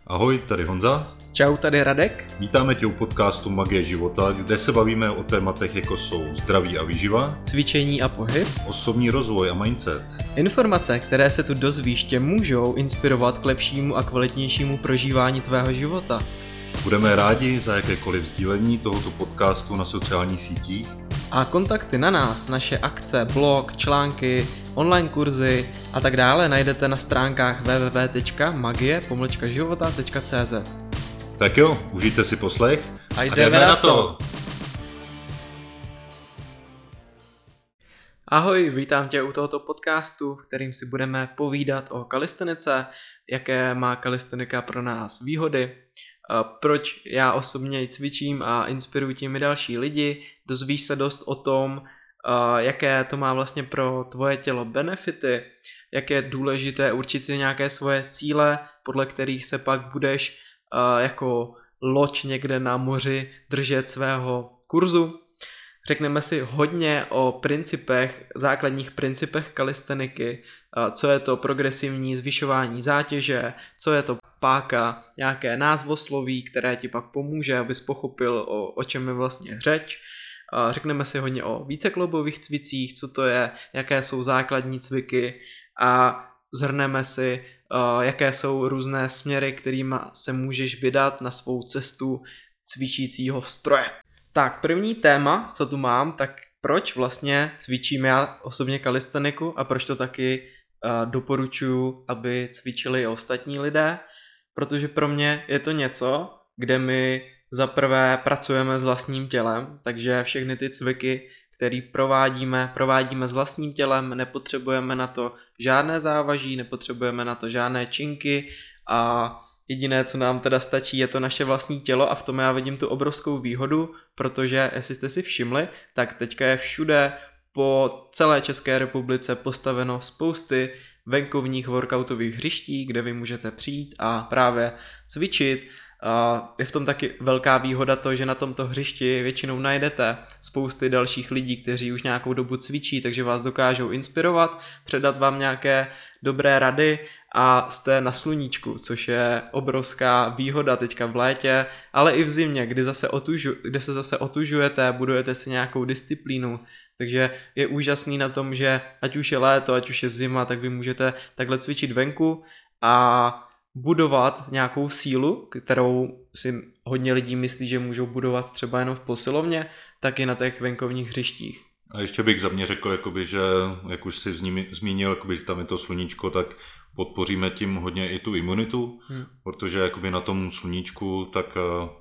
Ahoj, tady Honza. Čau, tady Radek. Vítáme tě u podcastu Magie života, kde se bavíme o tématech jako jsou zdraví a výživa, Cvičení a pohyb, osobní rozvoj a mindset. Informace, které se tu dozvíš, tě můžou inspirovat k lepšímu a kvalitnějšímu prožívání tvého života. Budeme rádi za jakékoliv sdílení tohoto podcastu na sociálních sítích. A kontakty na nás, naše akce, blog, články, online kurzy a tak dále najdete na stránkách www.magie-života.cz. Tak jo, užijte si poslech a jdeme na to! Ahoj, vítám tě u tohoto podcastu, v kterým si budeme povídat o kalistenice, jaké má kalistenika pro nás výhody, proč já osobně cvičím a inspiruji tím i další lidi, dozvíš se dost o tom, jaké to má vlastně pro tvoje tělo benefity, jak je důležité určit si nějaké svoje cíle, podle kterých se pak budeš jako loď někde na moři držet svého kurzu. Řekneme si hodně o principech, základních principech kalisteniky, co je to progresivní zvyšování zátěže, co je to páka, nějaké názvosloví, které ti pak pomůže, abys pochopil, o čem je vlastně řeč. Řekneme si hodně o vícekloubových cvicích, co to je, jaké jsou základní cviky a zhrneme si, jaké jsou různé směry, kterými se můžeš vydat na svou cestu cvičícího stroje. Tak, první téma, co tu mám, tak proč vlastně cvičím já osobně kalisteniku a proč to taky doporučuji, aby cvičili i ostatní lidé, protože pro mě je to něco, kde my zaprvé pracujeme s vlastním tělem, takže všechny ty cviky, které provádíme s vlastním tělem, nepotřebujeme na to žádné závaží, nepotřebujeme na to žádné činky a jediné, co nám teda stačí, je to naše vlastní tělo a v tom já vidím tu obrovskou výhodu, protože, jestli jste si všimli, tak teďka je všude po celé České republice postaveno spousty venkovních workoutových hřiští, kde vy můžete přijít a právě cvičit. Je v tom taky velká výhoda to, že na tomto hřišti většinou najdete spousty dalších lidí, kteří už nějakou dobu cvičí, takže vás dokážou inspirovat, předat vám nějaké dobré rady a jste na sluníčku, což je obrovská výhoda teďka v létě, ale i v zimě, kde se zase otužujete, budujete si nějakou disciplínu, takže je úžasný na tom, že ať už je léto, ať už je zima, tak vy můžete takhle cvičit venku a budovat nějakou sílu, kterou si hodně lidí myslí, že můžou budovat třeba jenom v posilovně, tak i na těch venkovních hřištích. A ještě bych za mě řekl, jakoby, že jak už jsi zmínil, jakoby, tam je to sluníčko, tak podpoříme tím hodně i tu imunitu, protože jakoby na tom sluníčku tak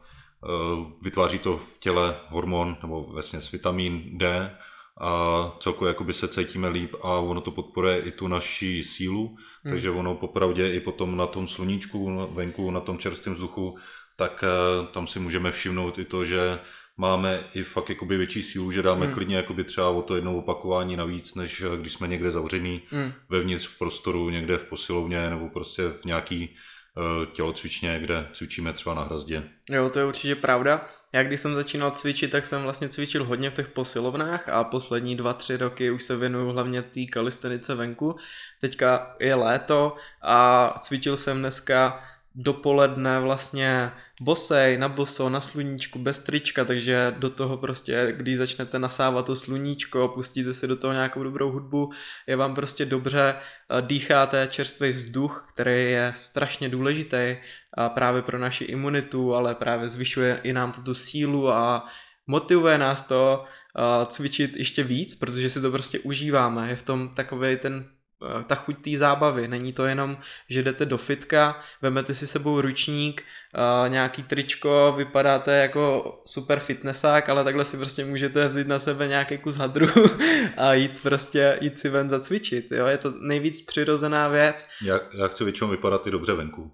vytváří to v těle hormon, nebo vlastně vitamin D a celkově jakoby se cítíme líp a ono to podporuje i tu naši sílu, takže ono popravdě i potom na tom sluníčku venku, na tom čerstvém vzduchu, tak tam si můžeme všimnout i to, že máme i fakt jakoby větší sílu, že dáme klidně jakoby třeba o to jedno opakování navíc, než když jsme někde zavřený vevnitř v prostoru, někde v posilovně nebo prostě v nějaký tělocvičně, kde cvičíme třeba na hrazdě. Jo, to je určitě pravda. Já když jsem začínal cvičit, tak jsem vlastně cvičil hodně v těch posilovnách a poslední 2-3 roky už se věnuju hlavně té kalistenice venku. Teďka je léto a cvičil jsem dneska dopoledne vlastně bosej, na boso, na sluníčku, bez trička, takže do toho prostě, když začnete nasávat to sluníčko, pustíte si do toho nějakou dobrou hudbu, je vám prostě dobře, dýcháte čerstvý vzduch, který je strašně důležitý právě pro naši imunitu, ale právě zvyšuje i nám tu sílu a motivuje nás to cvičit ještě víc, protože si to prostě užíváme, je v tom takovej ta chuť té zábavy, není to jenom, že jdete do fitka, vemete si sebou ručník, nějaký tričko, vypadáte jako super fitnessák, ale takhle si prostě můžete vzít na sebe nějaký kus hadru a jít si ven zacvičit, jo? Je to nejvíc přirozená věc. Já chci většinou vypadat i dobře venku.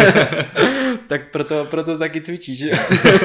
Tak proto taky cvičíš, že?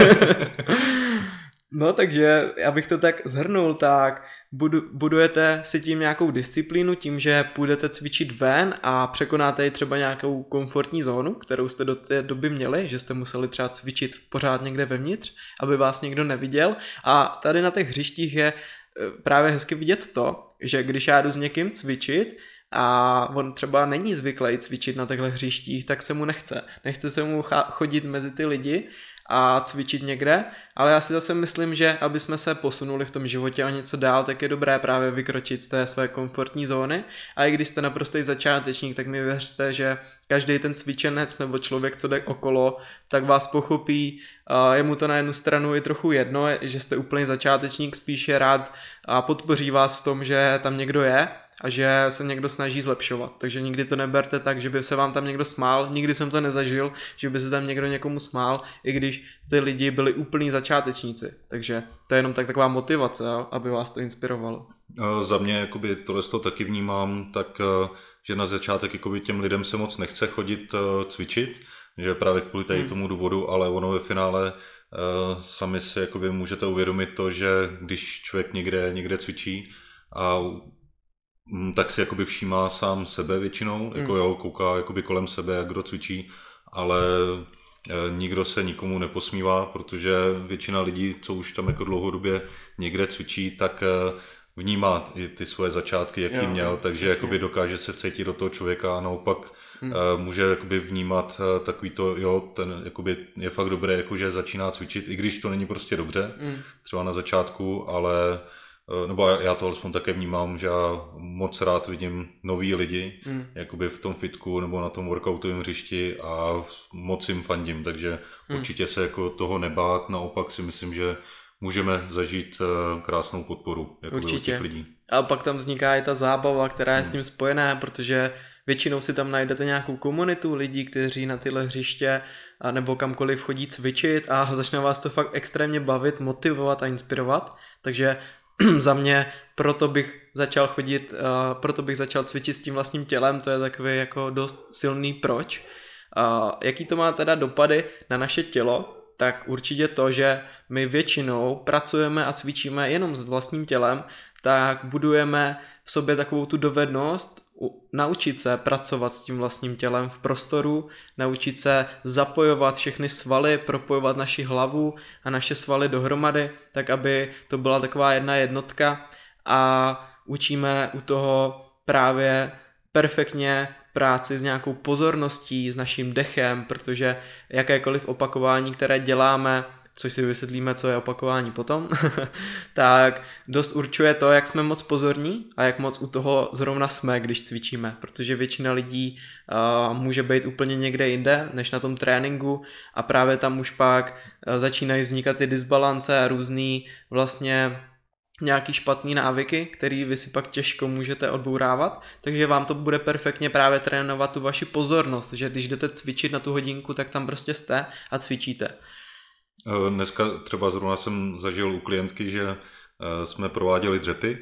No takže, abych to tak shrnul, tak budujete si tím nějakou disciplínu, tím, že půjdete cvičit ven a překonáte i třeba nějakou komfortní zónu, kterou jste do té doby měli, že jste museli třeba cvičit pořád někde vevnitř, aby vás někdo neviděl. A tady na těch hřištích je právě hezky vidět to, že když já jdu s někým cvičit a on třeba není zvyklý cvičit na těchto hřištích, tak se mu nechce. Nechce se mu chodit mezi ty lidi a cvičit někde, ale já si zase myslím, že aby jsme se posunuli v tom životě o něco dál, tak je dobré právě vykročit z té své komfortní zóny a i když jste naprostý začátečník, tak mi věřte, že každý ten cvičenec nebo člověk, co jde okolo, tak vás pochopí, je mu to na jednu stranu i trochu jedno, že jste úplný začátečník, spíš je rád a podpoří vás v tom, že tam někdo je a že se někdo snaží zlepšovat. Takže nikdy to neberte tak, že by se vám tam někdo smál, nikdy jsem to nezažil, že by se tam někdo někomu smál, i když ty lidi byli úplní začátečníci. Takže to je jenom taková motivace, aby vás to inspirovalo. Za mě jakoby tohle to taky vnímám, tak že na začátek jakoby těm lidem se moc nechce chodit cvičit, že právě kvůli tady tomu důvodu, ale ono ve finále sami si jakoby můžete uvědomit to, že když člověk někde cvičí a tak si jakoby všímá sám sebe většinou, jako jo, kouká jakoby kolem sebe, jak kdo cvičí, ale nikdo se nikomu neposmívá, protože většina lidí, co už tam jako dlouhodobě někde cvičí, tak vnímá i ty svoje začátky, jaký měl, takže jakoby dokáže se vcítit do toho člověka a naopak může jakoby vnímat takový to, jo, ten jakoby je fakt dobré, jakože začíná cvičit, i když to není prostě dobře, třeba na začátku, ale nebo já to alespoň také vnímám, že já moc rád vidím nový lidi, jakoby v tom fitku nebo na tom workoutovém hřišti a moc jim fandím, takže určitě se jako toho nebát, naopak si myslím, že můžeme zažít krásnou podporu jakoby od těch lidí. A pak tam vzniká i ta zábava, která je s tím spojená, protože většinou si tam najdete nějakou komunitu lidí, kteří na tyhle hřiště nebo kamkoliv chodí cvičit a začne vás to fakt extrémně bavit, motivovat a inspirovat, takže za mě proto bych začal cvičit s tím vlastním tělem, to je takový jako dost silný proč. Jaký to má teda dopady na naše tělo, tak určitě to, že my většinou pracujeme a cvičíme jenom s vlastním tělem, tak budujeme v sobě takovou tu dovednost naučit se pracovat s tím vlastním tělem v prostoru, naučit se zapojovat všechny svaly, propojovat naši hlavu a naše svaly dohromady, tak aby to byla taková jedna jednotka a učíme u toho právě perfektně práci s nějakou pozorností, s naším dechem, protože jakékoliv opakování, které děláme, což si vysvětlíme, co je opakování potom, tak dost určuje to, jak jsme moc pozorní a jak moc u toho zrovna jsme, když cvičíme, protože většina lidí může být úplně někde jinde, než na tom tréninku a právě tam už pak začínají vznikat ty disbalance a různý vlastně nějaký špatný návyky, který vy si pak těžko můžete odbourávat, takže vám to bude perfektně právě trénovat tu vaši pozornost, že když jdete cvičit na tu hodinku, tak tam prostě jste a cvičíte. Dneska třeba zrovna jsem zažil u klientky, že jsme prováděli dřepy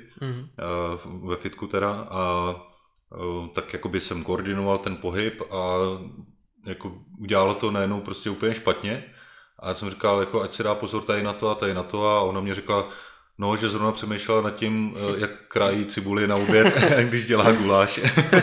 ve fitku teda a tak jakoby jsem koordinoval ten pohyb a jako udělalo to najednou prostě úplně špatně a já jsem říkal, jako, ať si dá pozor tady na to a ona mě řekla, no, že zrovna přemýšlela nad tím, jak krájí cibuli na oběd, když dělá guláš.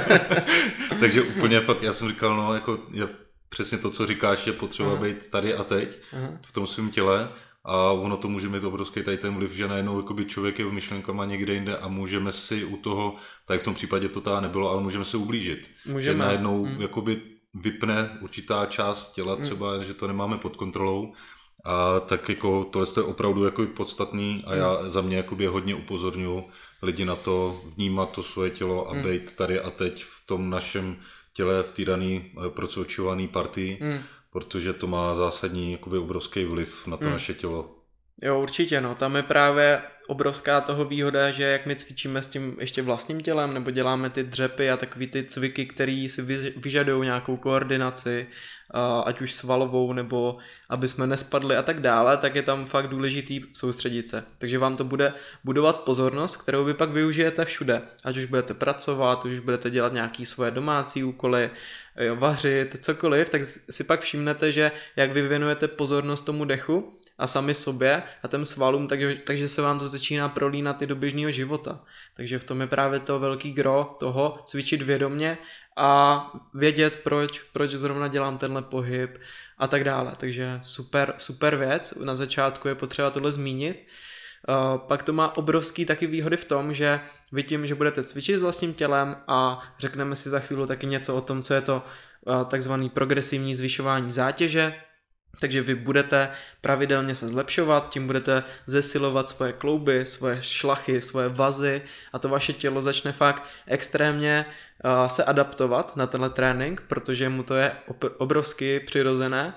Takže úplně fakt, já jsem říkal, no, jako je přesně to, co říkáš, je potřeba být tady a teď v tom svém těle a ono to může mít obrovský tady ten vliv, že najednou jakoby člověk je v myšlenkama někde jinde a můžeme si u toho, tady v tom případě to teda nebylo, ale můžeme se ublížit. Že najednou jakoby vypne určitá část těla třeba, že to nemáme pod kontrolou a tak jako tohle je opravdu jako podstatný a já za mě jakoby hodně upozorňuji lidi na to vnímat to svoje tělo a být tady a teď v tom našem těle v té dané procvičované partii, protože to má zásadní jakoby obrovský vliv na to naše tělo. Jo, určitě, no, tam je právě obrovská toho výhoda, že jak my cvičíme s tím ještě vlastním tělem, nebo děláme ty dřepy a takový ty cviky, který si vyžadují nějakou koordinaci, ať už svalovou, nebo aby jsme nespadli a tak dále, tak je tam fakt důležitý soustředit se. Takže vám to bude budovat pozornost, kterou vy pak využijete všude. Ať už budete pracovat, ať už budete dělat nějaké svoje domácí úkoly, vařit, cokoliv, tak si pak všimnete, že jak vy věnujete pozornost tomu dechu a sami sobě a těm svalům, takže se vám to začíná prolínat i do běžného života. Takže v tom je právě to velký gro toho cvičit vědomě a vědět, proč zrovna dělám tenhle pohyb a tak dále. Takže super věc. Na začátku je potřeba tohle zmínit. Pak to má obrovský taky výhody v tom, že vy tím, že budete cvičit s vlastním tělem a řekneme si za chvíli taky něco o tom, co je to takzvaný progresivní zvyšování zátěže, takže vy budete pravidelně se zlepšovat, tím budete zesilovat svoje klouby, svoje šlachy, svoje vazy a to vaše tělo začne fakt extrémně se adaptovat na tenhle trénink, protože mu to je obrovsky přirozené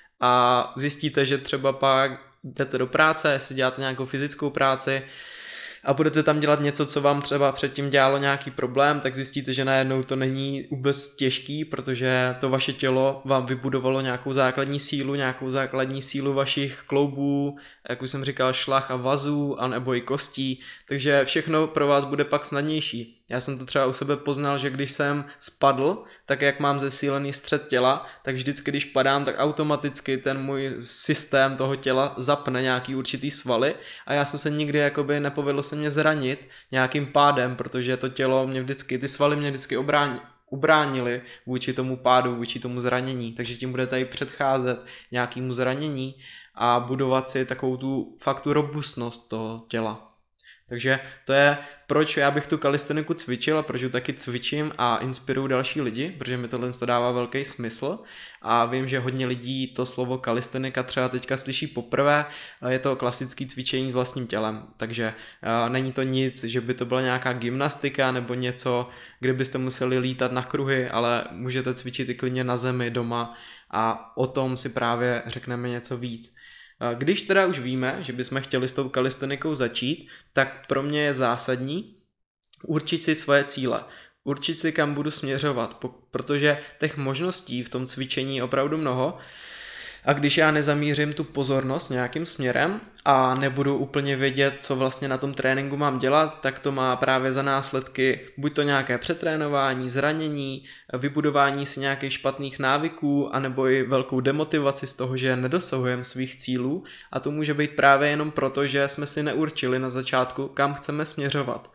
a zjistíte, že třeba pak jdete do práce, jestli děláte nějakou fyzickou práci a budete tam dělat něco, co vám třeba předtím dělalo nějaký problém, tak zjistíte, že najednou to není vůbec těžký, protože to vaše tělo vám vybudovalo nějakou základní sílu vašich kloubů, jak už jsem říkal, šlach a vazů, anebo i kostí, takže všechno pro vás bude pak snadnější. Já jsem to třeba u sebe poznal, že když jsem spadl, tak jak mám zesílený střed těla, tak vždycky, když padám, tak automaticky ten můj systém toho těla zapne nějaký určitý svaly a já jsem se nikdy jakoby nepovedlo se mě zranit nějakým pádem, protože to tělo mě vždycky, ty svaly mě vždycky ubránili vůči tomu pádu, vůči tomu zranění, takže tím budete i předcházet nějakému zranění a budovat si takovou tu fakt tu robustnost toho těla. Takže to je, proč já bych tu kalisteniku cvičil a proč ji taky cvičím a inspiruju další lidi, protože mi tohle dává velký smysl a vím, že hodně lidí to slovo kalistenika třeba teďka slyší poprvé, je to klasické cvičení s vlastním tělem, takže není to nic, že by to byla nějaká gymnastika nebo něco, kde byste museli lítat na kruhy, ale můžete cvičit i klidně na zemi doma a o tom si právě řekneme něco víc. Když teda už víme, že bychom chtěli s tou kalistenikou začít, tak pro mě je zásadní určit si svoje cíle. Určit si, kam budu směřovat, protože těch možností v tom cvičení je opravdu mnoho. A když já nezamířím tu pozornost nějakým směrem a nebudu úplně vědět, co vlastně na tom tréninku mám dělat, tak to má právě za následky buď to nějaké přetrénování, zranění, vybudování si nějakých špatných návyků, anebo i velkou demotivaci z toho, že nedosahujeme svých cílů a to může být právě jenom proto, že jsme si neurčili na začátku, kam chceme směřovat.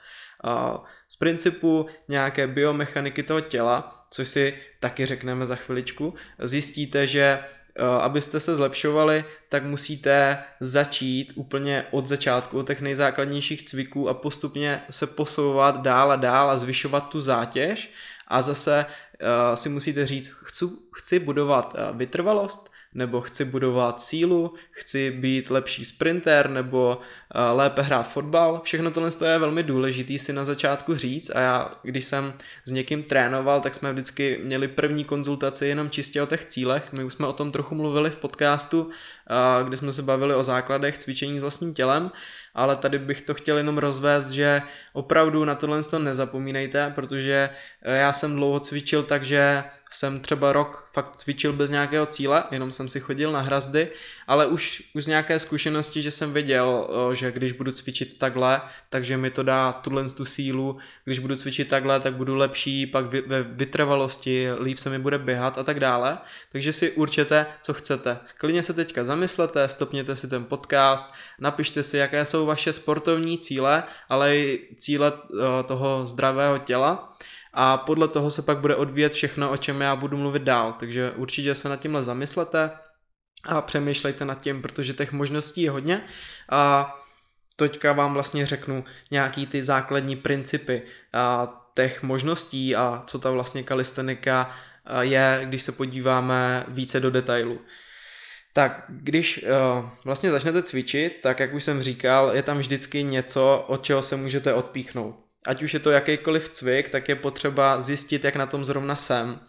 Z principu nějaké biomechaniky toho těla, což si taky řekneme za chviličku, zjistíte, že abyste se zlepšovali, tak musíte začít úplně od začátku, od těch nejzákladnějších cviků a postupně se posouvat dál a dál a zvyšovat tu zátěž a zase si musíte říct, chci budovat vytrvalost, nebo chci budovat sílu, chci být lepší sprinter, nebo lépe hrát fotbal. Všechno tohle je velmi důležitý si na začátku říct a já, když jsem s někým trénoval, tak jsme vždycky měli první konzultaci jenom čistě o těch cílech. My už jsme o tom trochu mluvili v podcastu, kde jsme se bavili o základech cvičení s vlastním tělem, ale tady bych to chtěl jenom rozvést, že opravdu na tohle nezapomínejte, protože já jsem dlouho cvičil, takže jsem třeba rok fakt cvičil bez nějakého cíle, jenom jsem si chodil na hrazdy, ale už z nějaké zkušenosti, že jsem věděl, že když budu cvičit takhle, takže mi to dá tu sílu, když budu cvičit takhle, tak budu lepší, pak ve vytrvalosti, líp se mi bude běhat a tak dále, takže si určete, co chcete. Klidně se teďka zamyslete, stopněte si ten podcast, napište si, jaké jsou vaše sportovní cíle, ale i cíle toho zdravého těla. A podle toho se pak bude odvíjet všechno, o čem já budu mluvit dál. Takže určitě se nad tímhle zamyslete a přemýšlejte nad tím, protože těch možností je hodně. A teďka vám vlastně řeknu nějaký ty základní principy těch možností a co ta vlastně kalistenika je, když se podíváme více do detailu. Tak když vlastně začnete cvičit, tak jak už jsem říkal, je tam vždycky něco, od čeho se můžete odpíchnout. Ať už je to jakýkoliv cvik, tak je potřeba zjistit, jak na tom zrovna jsem.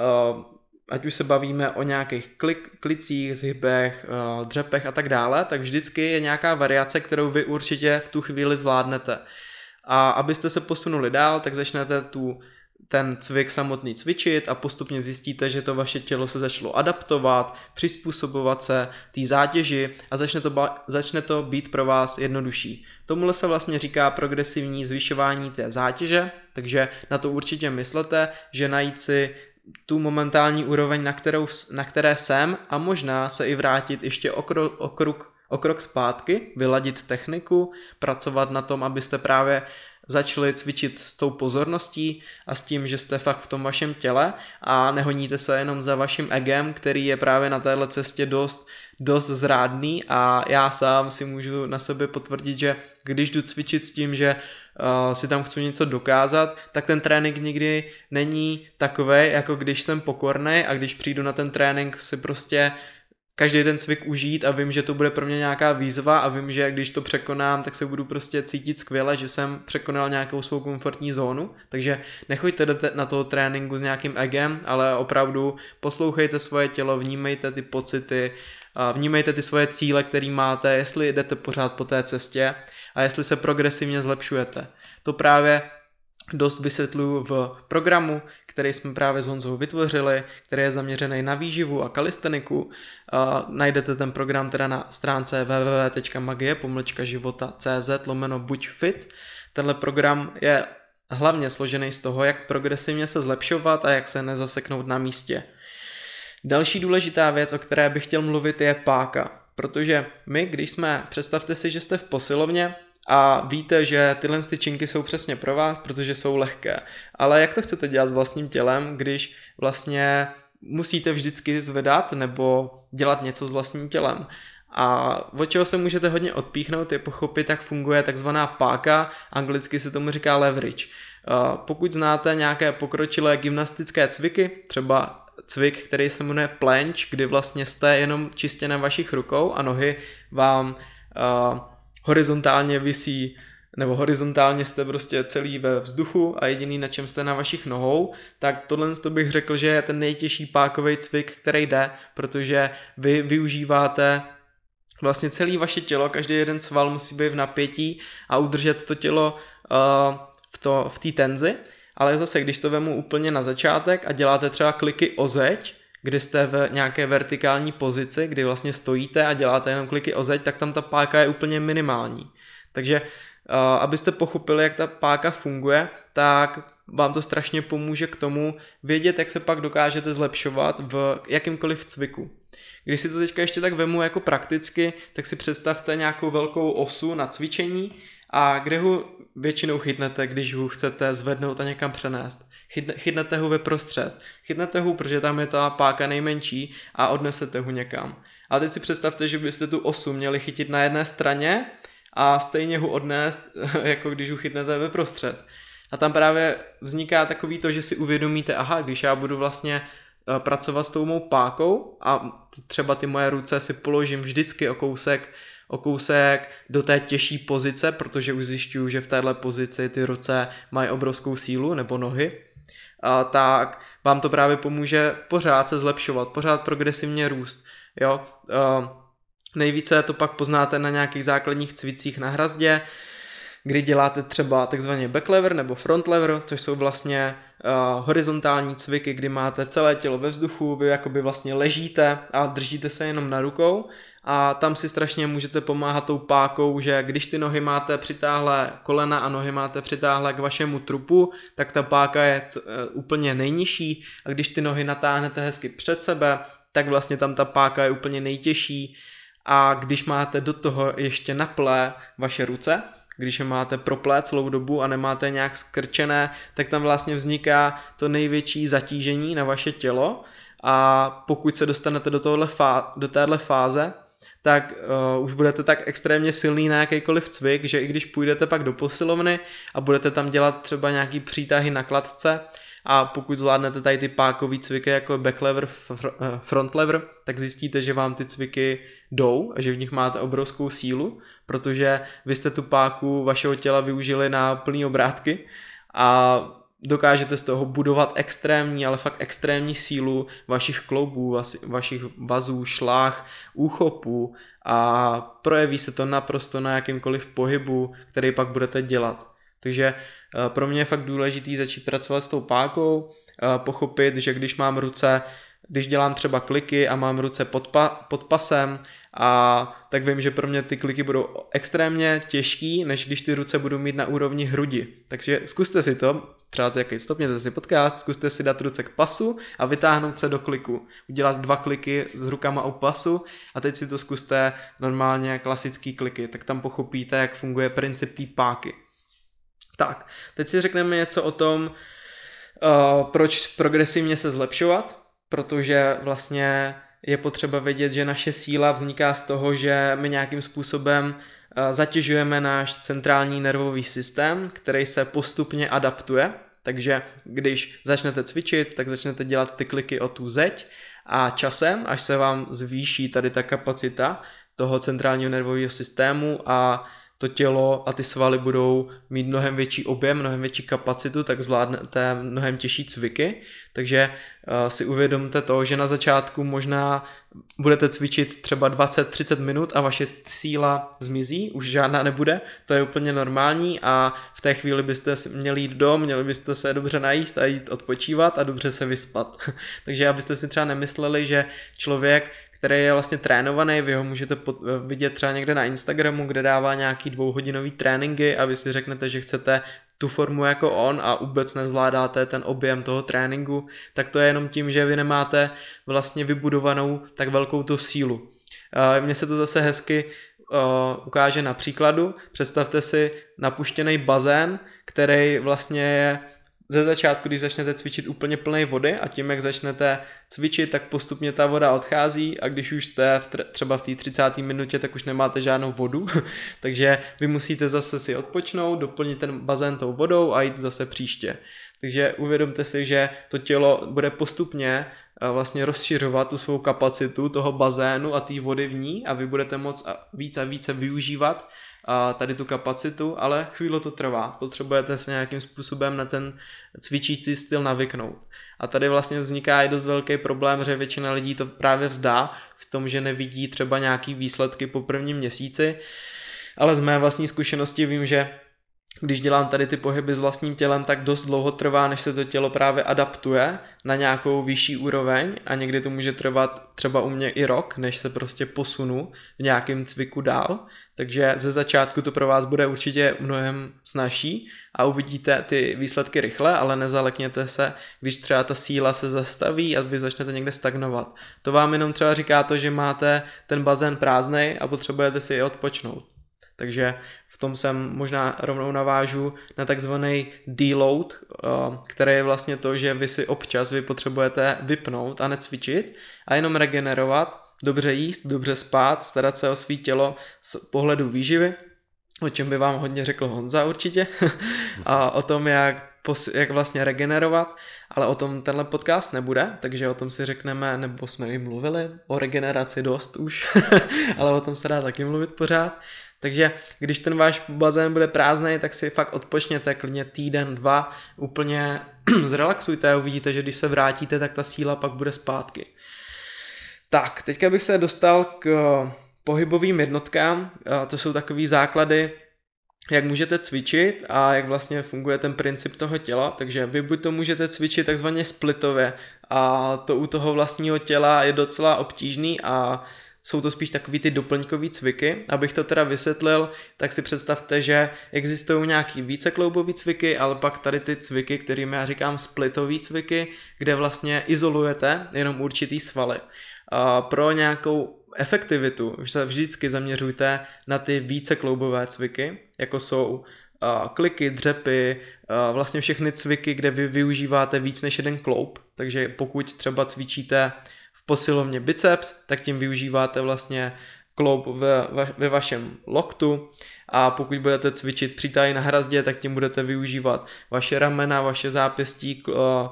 Ať už se bavíme o nějakých klicích, zhybech, dřepech a tak dále, tak vždycky je nějaká variace, kterou vy určitě v tu chvíli zvládnete. A abyste se posunuli dál, tak začnete ten cvik samotný cvičit a postupně zjistíte, že to vaše tělo se začalo adaptovat, přizpůsobovat se té zátěži a začne to být pro vás jednodušší. Tomuhle se vlastně říká progresivní zvyšování té zátěže, takže na to určitě myslete, že najít si tu momentální úroveň, na které jsem a možná se i vrátit ještě o krok zpátky, vyladit techniku, pracovat na tom, abyste právě začali cvičit s tou pozorností a s tím, že jste fakt v tom vašem těle a nehoníte se jenom za vaším egem, který je právě na téhle cestě dost zrádný, a já sám si můžu na sobě potvrdit, že když jdu cvičit s tím, že si tam chci něco dokázat, tak ten trénink nikdy není takovej, jako když jsem pokornej a když přijdu na ten trénink si prostě každý ten cvik užít a vím, že to bude pro mě nějaká výzva a vím, že když to překonám, tak se budu prostě cítit skvěle, že jsem překonal nějakou svou komfortní zónu. Takže nechoďte na toho tréninku s nějakým egem, ale opravdu poslouchejte svoje tělo, vnímejte ty pocity, vnímejte ty svoje cíle, který máte, jestli jdete pořád po té cestě a jestli se progresivně zlepšujete. To právě dost vysvětluju v programu, který jsme právě s Honzou vytvořili, který je zaměřený na výživu a kalisteniku. Najdete ten program teda na stránce www.magie-života.cz/buďfit. Tenhle program je hlavně složený z toho, jak progresivně se zlepšovat a jak se nezaseknout na místě. Další důležitá věc, o které bych chtěl mluvit, je páka. Protože představte si, že jste v posilovně a víte, že tyhle činky jsou přesně pro vás, protože jsou lehké. Ale jak to chcete dělat s vlastním tělem, když vlastně musíte vždycky zvedat nebo dělat něco s vlastním tělem? A od čeho se můžete hodně odpíchnout, je pochopit, jak funguje takzvaná páka, anglicky se tomu říká leverage. Pokud znáte nějaké pokročilé gymnastické cviky, třeba cvik, který se jmenuje planche, kdy vlastně jste jenom čistě na vašich rukou a nohy vám horizontálně visí, nebo horizontálně jste prostě celý ve vzduchu a jediný, na čem jste na vašich nohou, tak tohle bych řekl, že je ten nejtěžší pákový cvik, který jde, protože vy využíváte vlastně celé vaše tělo, každý jeden sval musí být v napětí a udržet to tělo v té tenzi, ale zase, když to vemu úplně na začátek a děláte třeba kliky o zeď, kdy jste v nějaké vertikální pozici, kdy vlastně stojíte a děláte jenom kliky o zeď, tak tam ta páka je úplně minimální. Takže abyste pochopili, jak ta páka funguje, tak vám to strašně pomůže k tomu vědět, jak se pak dokážete zlepšovat v jakýmkoliv cviku. Když si to teďka ještě tak vemu jako prakticky, tak si představte nějakou velkou osu na cvičení a kde ho většinou chytnete, když ho chcete zvednout a někam přenést. Chytnete ho ve prostřed. Chytnete ho, protože tam je ta páka nejmenší a odnesete ho někam. A teď si představte, že byste tu osu měli chytit na jedné straně a stejně ho odnést, jako když ho chytnete ve prostřed. A tam právě vzniká takový to, že si uvědomíte, aha, když já budu vlastně pracovat s tou mou pákou a třeba ty moje ruce si položím vždycky o kousek do té těžší pozice, protože už zjišťuju, že v téhle pozici ty ruce mají obrovskou sílu, nebo nohy, tak vám to právě pomůže pořád se zlepšovat, pořád progresivně růst. Jo? Nejvíce to pak poznáte na nějakých základních cvicích na hrazdě, kdy děláte třeba takzvaný back lever nebo front lever, což jsou vlastně horizontální cviky, kdy máte celé tělo ve vzduchu, vy jakoby vlastně ležíte a držíte se jenom na rukou a tam si strašně můžete pomáhat tou pákou, že když ty nohy máte přitáhlé kolena a nohy máte přitáhlé k vašemu trupu, tak ta páka je úplně nejnižší a když ty nohy natáhnete hezky před sebe, tak vlastně tam ta páka je úplně nejtěžší a když máte do toho ještě na plé vaše ruce, když je máte proplé celou dobu a nemáte nějak skrčené, tak tam vlastně vzniká to největší zatížení na vaše tělo a pokud se dostanete do téhle fáze, tak už budete tak extrémně silný na jakýkoliv cvik, že i když půjdete pak do posilovny a budete tam dělat třeba nějaký přítahy na kladce a pokud zvládnete tady ty pákový cviky jako back lever, front lever, tak zjistíte, že vám ty cviky jdou a že v nich máte obrovskou sílu, protože vy jste tu páku vašeho těla využili na plný obrátky a dokážete z toho budovat extrémní, ale fakt extrémní sílu vašich kloubů, vašich vazů, šlách, úchopů a projeví se to naprosto na jakýmkoliv pohybu, který pak budete dělat. Takže pro mě je fakt důležitý začít pracovat s tou pákou, pochopit, že když dělám třeba kliky a mám ruce pod pasem, a tak vím, že pro mě ty kliky budou extrémně těžký, než když ty ruce budou mít na úrovni hrudi. Takže zkuste si to, třeba stopněte si podcast, zkuste si dát ruce k pasu a vytáhnout se do kliku. Udělat 2 kliky s rukama u pasu a teď si to zkuste normálně klasický kliky, tak tam pochopíte, jak funguje princip té páky. Tak, teď si řekneme něco o tom, proč progresivně se zlepšovat, protože vlastně je potřeba vědět, že naše síla vzniká z toho, že my nějakým způsobem zatěžujeme náš centrální nervový systém, který se postupně adaptuje, takže když začnete cvičit, tak začnete dělat ty kliky o tu zeď a časem, až se vám zvýší tady ta kapacita toho centrálního nervového systému a to tělo a ty svaly budou mít mnohem větší objem, mnohem větší kapacitu, tak zvládnete mnohem těžší cviky. Takže si uvědomte to, že na začátku možná budete cvičit třeba 20-30 minut a vaše síla zmizí, už žádná nebude, to je úplně normální a v té chvíli byste měli jít dom, měli byste se dobře najíst a jít odpočívat a dobře se vyspat. Takže abyste si třeba nemysleli, že člověk, který je vlastně trénovaný, vy ho můžete vidět třeba někde na Instagramu, kde dává nějaký 2hodinový tréninky a vy si řeknete, že chcete tu formu jako on a vůbec nezvládáte ten objem toho tréninku, tak to je jenom tím, že vy nemáte vlastně vybudovanou tak velkou tu sílu. Mně se to zase hezky ukáže na příkladu. Představte si napuštěný bazén, který vlastně je ze začátku, když začnete cvičit úplně plnej vody a tím, jak začnete cvičit, tak postupně ta voda odchází a když už jste třeba v té 30. minutě, tak už nemáte žádnou vodu, takže vy musíte zase si odpočnout, doplnit ten bazén tou vodou a jít zase příště. Takže uvědomte si, že to tělo bude postupně vlastně rozšiřovat tu svou kapacitu toho bazénu a té vody v ní a vy budete moct více a více využívat tady tu kapacitu, ale chvíli to trvá. Potřebujete se nějakým způsobem na ten cvičící styl navyknout. A tady vlastně vzniká i dost velký problém, že většina lidí to právě vzdá v tom, že nevidí třeba nějaký výsledky po prvním měsíci, ale z mé vlastní zkušenosti vím, že když dělám tady ty pohyby s vlastním tělem, tak dost dlouho trvá, než se to tělo právě adaptuje na nějakou vyšší úroveň a někdy to může trvat třeba u mě i rok, než se prostě posunu v nějakém cviku dál. Takže ze začátku to pro vás bude určitě mnohem snazší a uvidíte ty výsledky rychle, ale nezalekněte se, když třeba ta síla se zastaví a vy začnete někde stagnovat. To vám jenom třeba říká to, že máte ten bazén prázdnej a potřebujete si je odpočnout. Takže v tom jsem možná rovnou navážu na takzvaný deload, který je vlastně to, že vy si občas vy potřebujete vypnout a necvičit a jenom regenerovat, dobře jíst, dobře spát, starat se o svý tělo z pohledu výživy, o čem by vám hodně řekl Honza určitě, a o tom, jak vlastně regenerovat, ale o tom tenhle podcast nebude, takže o tom si řekneme, nebo jsme i mluvili, o regeneraci dost už, ale o tom se dá taky mluvit pořád. Takže když ten váš bazén bude prázdný, tak si fakt odpočněte klidně týden, 2, úplně zrelaxujte a uvidíte, že když se vrátíte, tak ta síla pak bude zpátky. Tak, teďka bych se dostal k pohybovým jednotkám, to jsou takový základy, jak můžete cvičit a jak vlastně funguje ten princip toho těla, takže vy buď to můžete cvičit takzvaně splitově a to u toho vlastního těla je docela obtížný a jsou to spíš takový ty doplňkový cviky. Abych to teda vysvětlil, tak si představte, že existují nějaký vícekloubový cviky, ale pak tady ty cviky, kterým já říkám splitový cviky, kde vlastně izolujete jenom určitý svaly. Pro nějakou efektivitu se vždycky zaměřujte na ty vícekloubové cviky, jako jsou kliky, dřepy, vlastně všechny cviky, kde vy využíváte víc než jeden kloub. Takže pokud třeba cvičíte v posilovně biceps, tak tím využíváte vlastně kloub ve vašem loktu a pokud budete cvičit přítahy na hrazdě, tak tím budete využívat vaše ramena, vaše zápěstí,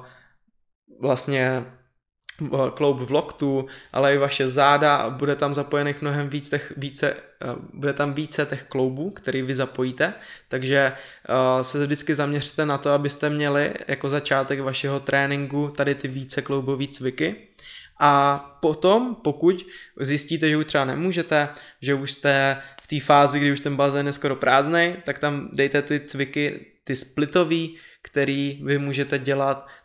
vlastně kloub v loktu, ale i vaše záda a bude tam zapojených mnohem bude tam více těch kloubů, který vy zapojíte, takže se vždycky zaměřte na to, abyste měli jako začátek vašeho tréninku tady ty více kloubové cviky. A potom, pokud zjistíte, že už třeba nemůžete, že už jste v té fázi, kdy už ten bazén je skoro prázdnej, tak tam dejte ty cviky, ty splitový, který vy můžete dělat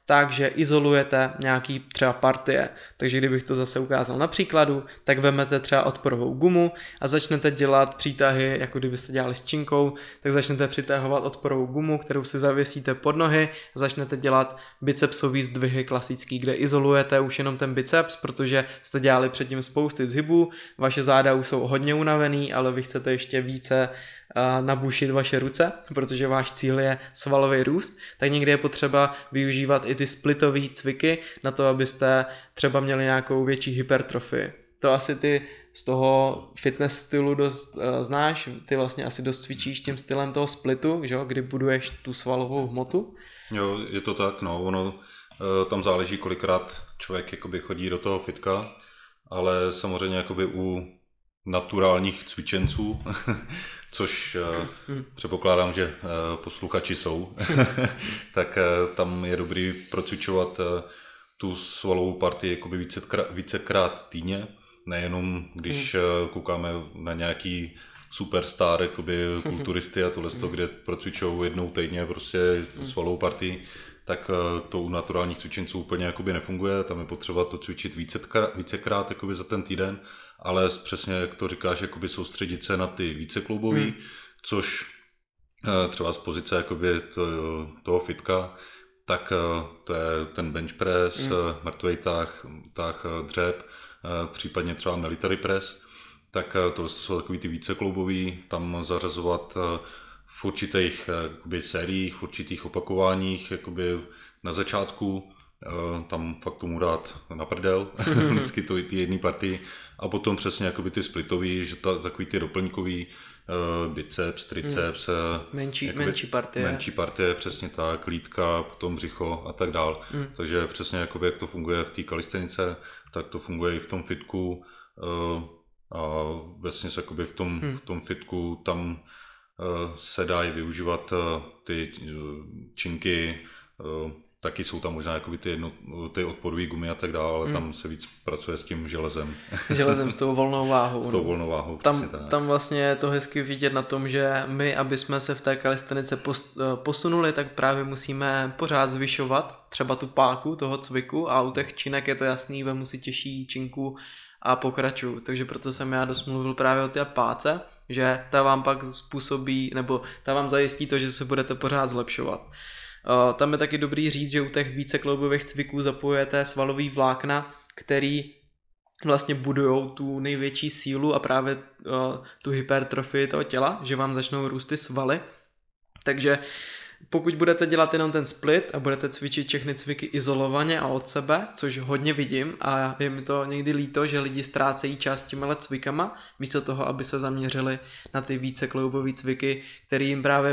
takže izolujete nějaký třeba partie. Takže kdybych to zase ukázal na příkladu, tak vemete třeba odporovou gumu a začnete dělat přítahy, jako kdybyste dělali s činkou, tak začnete přitahovat odporovou gumu, kterou si zavěsíte pod nohy, začnete dělat bicepsový zdvihy klasický, kde izolujete už jenom ten biceps, protože jste dělali předtím spousty zhybů, vaše záda už jsou hodně unavený, ale vy chcete ještě více nabušit vaše ruce, protože váš cíl je svalový růst, tak někdy je potřeba využívat i ty splitové cviky na to, abyste třeba měli nějakou větší hypertrofii. To asi ty z toho fitness stylu dost znáš, ty vlastně asi dost cvičíš tím stylem toho splitu, že? Kdy buduješ tu svalovou hmotu. Jo, je to tak, no, ono tam záleží, kolikrát člověk jakoby chodí do toho fitka, ale samozřejmě jakoby u naturálních cvičenců, což předpokládám, že posluchači jsou, tak tam je dobrý procvičovat tu svalovou partii jakoby vícekrát týdně, nejenom když koukáme na nějaký superstar, jakoby kulturisty a tohle, kde procvičují jednou týdně prostě svalovou partii, tak to u naturálních cvičenců úplně jakoby nefunguje, tam je potřeba to cvičit vícekrát jakoby za ten týden, ale přesně jak to říkáš, jakoby soustředit se na ty vícekloubový, což třeba z pozice jakoby toho fitka, tak to je ten bench press, mrtvej tah, dřep, případně třeba military press, tak to jsou takový ty vícekloubový, tam zařazovat v určitých jakoby sériích, v určitých opakováních, jakoby na začátku, tam fakt tomu dát na prdel, vždycky to i ty jedné partii, a potom přesně jakoby ty splitový, že takový ty doplňkový, biceps, triceps, menší partie, přesně tak, lítka, potom břicho a tak dál. Takže přesně jakoby, jak to funguje v té kalistenice, tak to funguje i v tom fitku, a vlastně jakoby v tom fitku tam se dají využívat ty činky, taky jsou tam možná jakoby ty odporové gumy a tak dále, ale tam se víc pracuje s tím železem. Železem, s tou volnou váhou. S tou volnou váhou, tam vlastně je to hezky vidět na tom, že my, aby jsme se v té kalistenice posunuli, tak právě musíme pořád zvyšovat třeba tu páku toho cviku, a u těch činek je to jasný, vemu si těžší činku a pokračuju. Takže proto jsem já dost mluvil právě o té páce, že ta vám pak způsobí, nebo ta vám zajistí to, že se budete pořád zlepšovat. Tam je taky dobrý říct, že u těch vícekloubových cviků zapojujete svalový vlákna, který vlastně budujou tu největší sílu a právě tu hypertrofii toho těla, že vám začnou růst ty svaly. Takže pokud budete dělat jenom ten split a budete cvičit všechny cviky izolovaně a od sebe, což hodně vidím, a je mi to někdy líto, že lidi ztrácejí čas těmihle cvikama, místo toho, aby se zaměřili na ty vícekloubové cviky, které jim právě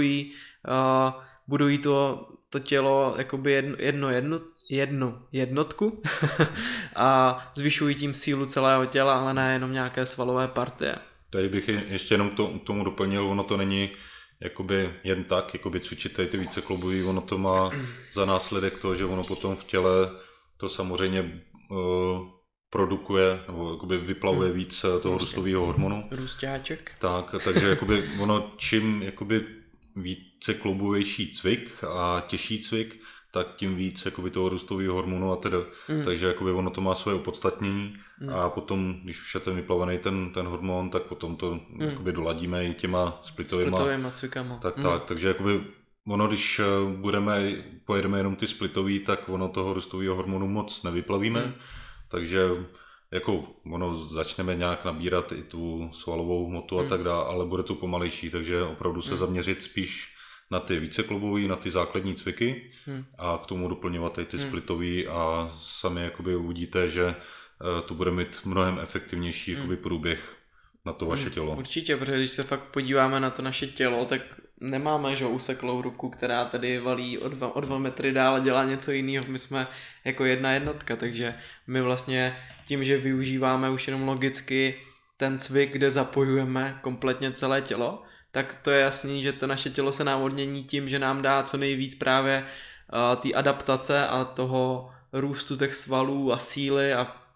budují to tělo jakoby jednu jednotku a zvyšují tím sílu celého těla, ale ne jenom nějaké svalové partie. Tady bych ještě jenom tomu doplnil, ono to není jakoby jen tak, jakoby cvičit tady ty vícekloubový, ono to má za následek to, že ono potom v těle to samozřejmě produkuje, nebo jakoby vyplavuje víc toho růstového hormonu. Růstáček. Takže jakoby ono čím jakoby vícekloubovější cvik a těžší cvik, tak tím víc jakoby toho růstového hormonu a teda. Takže jakoby ono to má svoje opodstatnění a potom, když už je ten vyplavený ten hormon, tak potom to jakoby doladíme i těma splitovýma cvikama. Takže jakoby ono, když pojedeme jenom ty splitový, tak ono toho růstového hormonu moc nevyplavíme, takže jako ono začneme nějak nabírat i tu svalovou hmotu a tak dále, ale bude to pomalejší, takže opravdu se zaměřit spíš na ty vícekloubový, na ty základní cviky a k tomu doplňovat i ty splitový a sami jakoby uvidíte, že to bude mít mnohem efektivnější jakoby průběh na to vaše tělo. Určitě, protože když se fakt podíváme na to naše tělo, tak nemáme, že useklou ruku, která tady valí o 2 metry dál a dělá něco jiného. My jsme jako jedna jednotka, takže my vlastně tím, že využíváme už jenom logicky ten cvik, kde zapojujeme kompletně celé tělo, tak to je jasný, že to naše tělo se nám odmění tím, že nám dá co nejvíc právě té adaptace a toho růstu těch svalů a síly a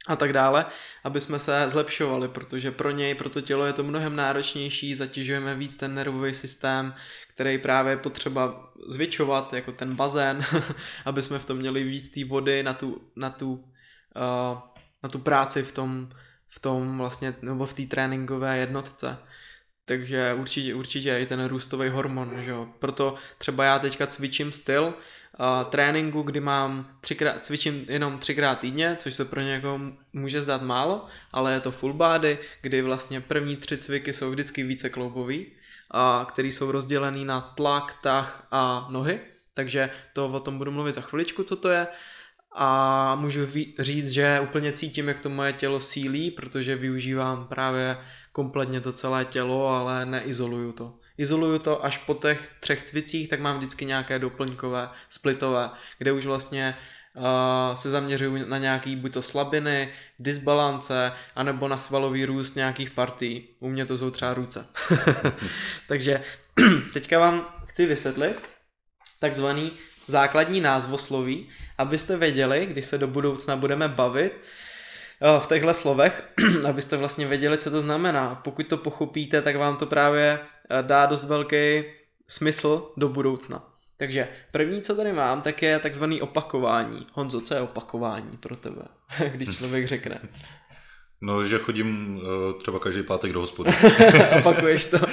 a tak dále, aby jsme se zlepšovali, protože pro to tělo je to mnohem náročnější, zatěžujeme víc ten nervový systém, který právě je potřeba zvětšovat, jako ten bazén, aby jsme v tom měli víc té vody na tu práci v tom vlastně, nebo v té tréninkové jednotce. Takže určitě i ten růstový hormon, že jo. Proto třeba já teďka cvičím styl tréninku, kdy cvičím jenom 3x týdně, což se pro někoho může zdát málo, ale je to full body, kdy vlastně první 3 cviky jsou vždycky více kloubový, který jsou rozdělený na tlak, tah a nohy, takže o tom budu mluvit za chviličku, co to je. A můžu říct, že úplně cítím, jak to moje tělo sílí, protože využívám právě kompletně to celé tělo, ale neizoluju to. Izoluju to až po těch 3 cvicích, tak mám vždycky nějaké doplňkové, splitové, kde už vlastně se zaměřuju na nějaký buď to slabiny, disbalance, anebo na svalový růst nějakých partií. U mě to jsou třeba ruce. Takže teďka vám chci vysvětlit takzvaný základní názvosloví, abyste věděli, když se do budoucna budeme bavit v těchto slovech, abyste vlastně věděli, co to znamená. Pokud to pochopíte, tak vám to právě dá dost velký smysl do budoucna. Takže první, co tady mám, tak je takzvaný opakování. Honzo, co je opakování pro tebe, když člověk řekne? No, že chodím třeba každý pátek do hospody. Opakuješ to.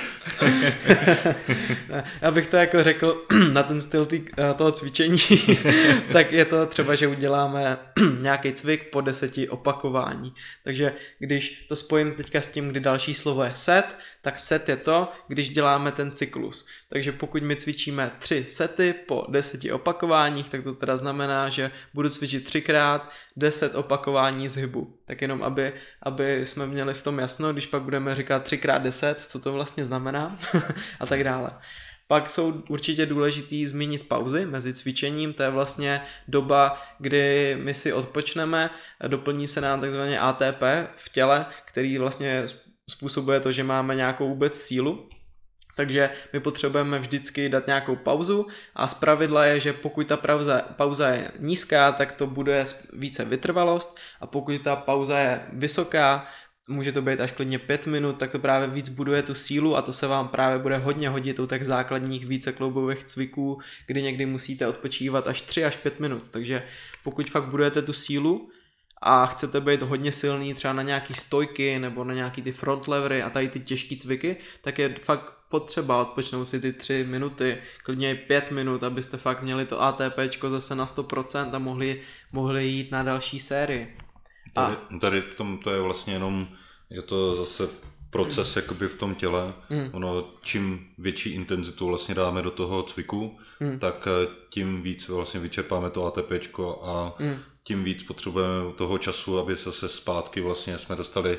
Abych to jako řekl na ten styl toho cvičení, tak je to třeba, že uděláme nějaký cvik po 10 opakování. Takže když to spojím teďka s tím, kdy další slovo je set, tak set je to, když děláme ten cyklus. Takže pokud my cvičíme 3 sety po 10 opakováních, tak to teda znamená, že budu cvičit 3x 10 opakování zhybu. Tak jenom aby jsme měli v tom jasno, když pak budeme říkat 3x10, co to vlastně znamená a tak dále. Pak jsou určitě důležitý zmínit pauzy mezi cvičením, to je vlastně doba, kdy my si odpočneme, doplní se nám takzvané ATP v těle, který vlastně způsobuje to, že máme nějakou vůbec sílu. Takže my potřebujeme vždycky dát nějakou pauzu a zpravidla je, že pokud ta pauza je nízká, tak to bude více vytrvalost a pokud ta pauza je vysoká, může to být až klidně 5 minut, tak to právě víc buduje tu sílu a to se vám právě bude hodně hodit u těch základních více kloubových cviků, kdy někdy musíte odpočívat až 3 až 5 minut. Takže pokud fakt budujete tu sílu a chcete být hodně silný třeba na nějaký stojky nebo na nějaký ty front levery a tady ty těžký cviky, tak je fakt potřeba odpočnout si ty 3 minuty, klidně 5 minut, abyste fakt měli to ATPčko zase na 100% a mohli jít na další sérii. Tady v tom to je vlastně jenom, je to zase proces jakoby v tom těle. Ono, čím větší intenzitu vlastně dáme do toho cviku, tak tím víc vlastně vyčerpáme to ATPčko a tím víc potřebujeme toho času, aby se zpátky vlastně jsme dostali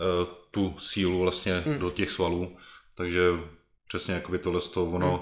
tu sílu vlastně do těch svalů. Takže přesně jakoby tohle z toho, ono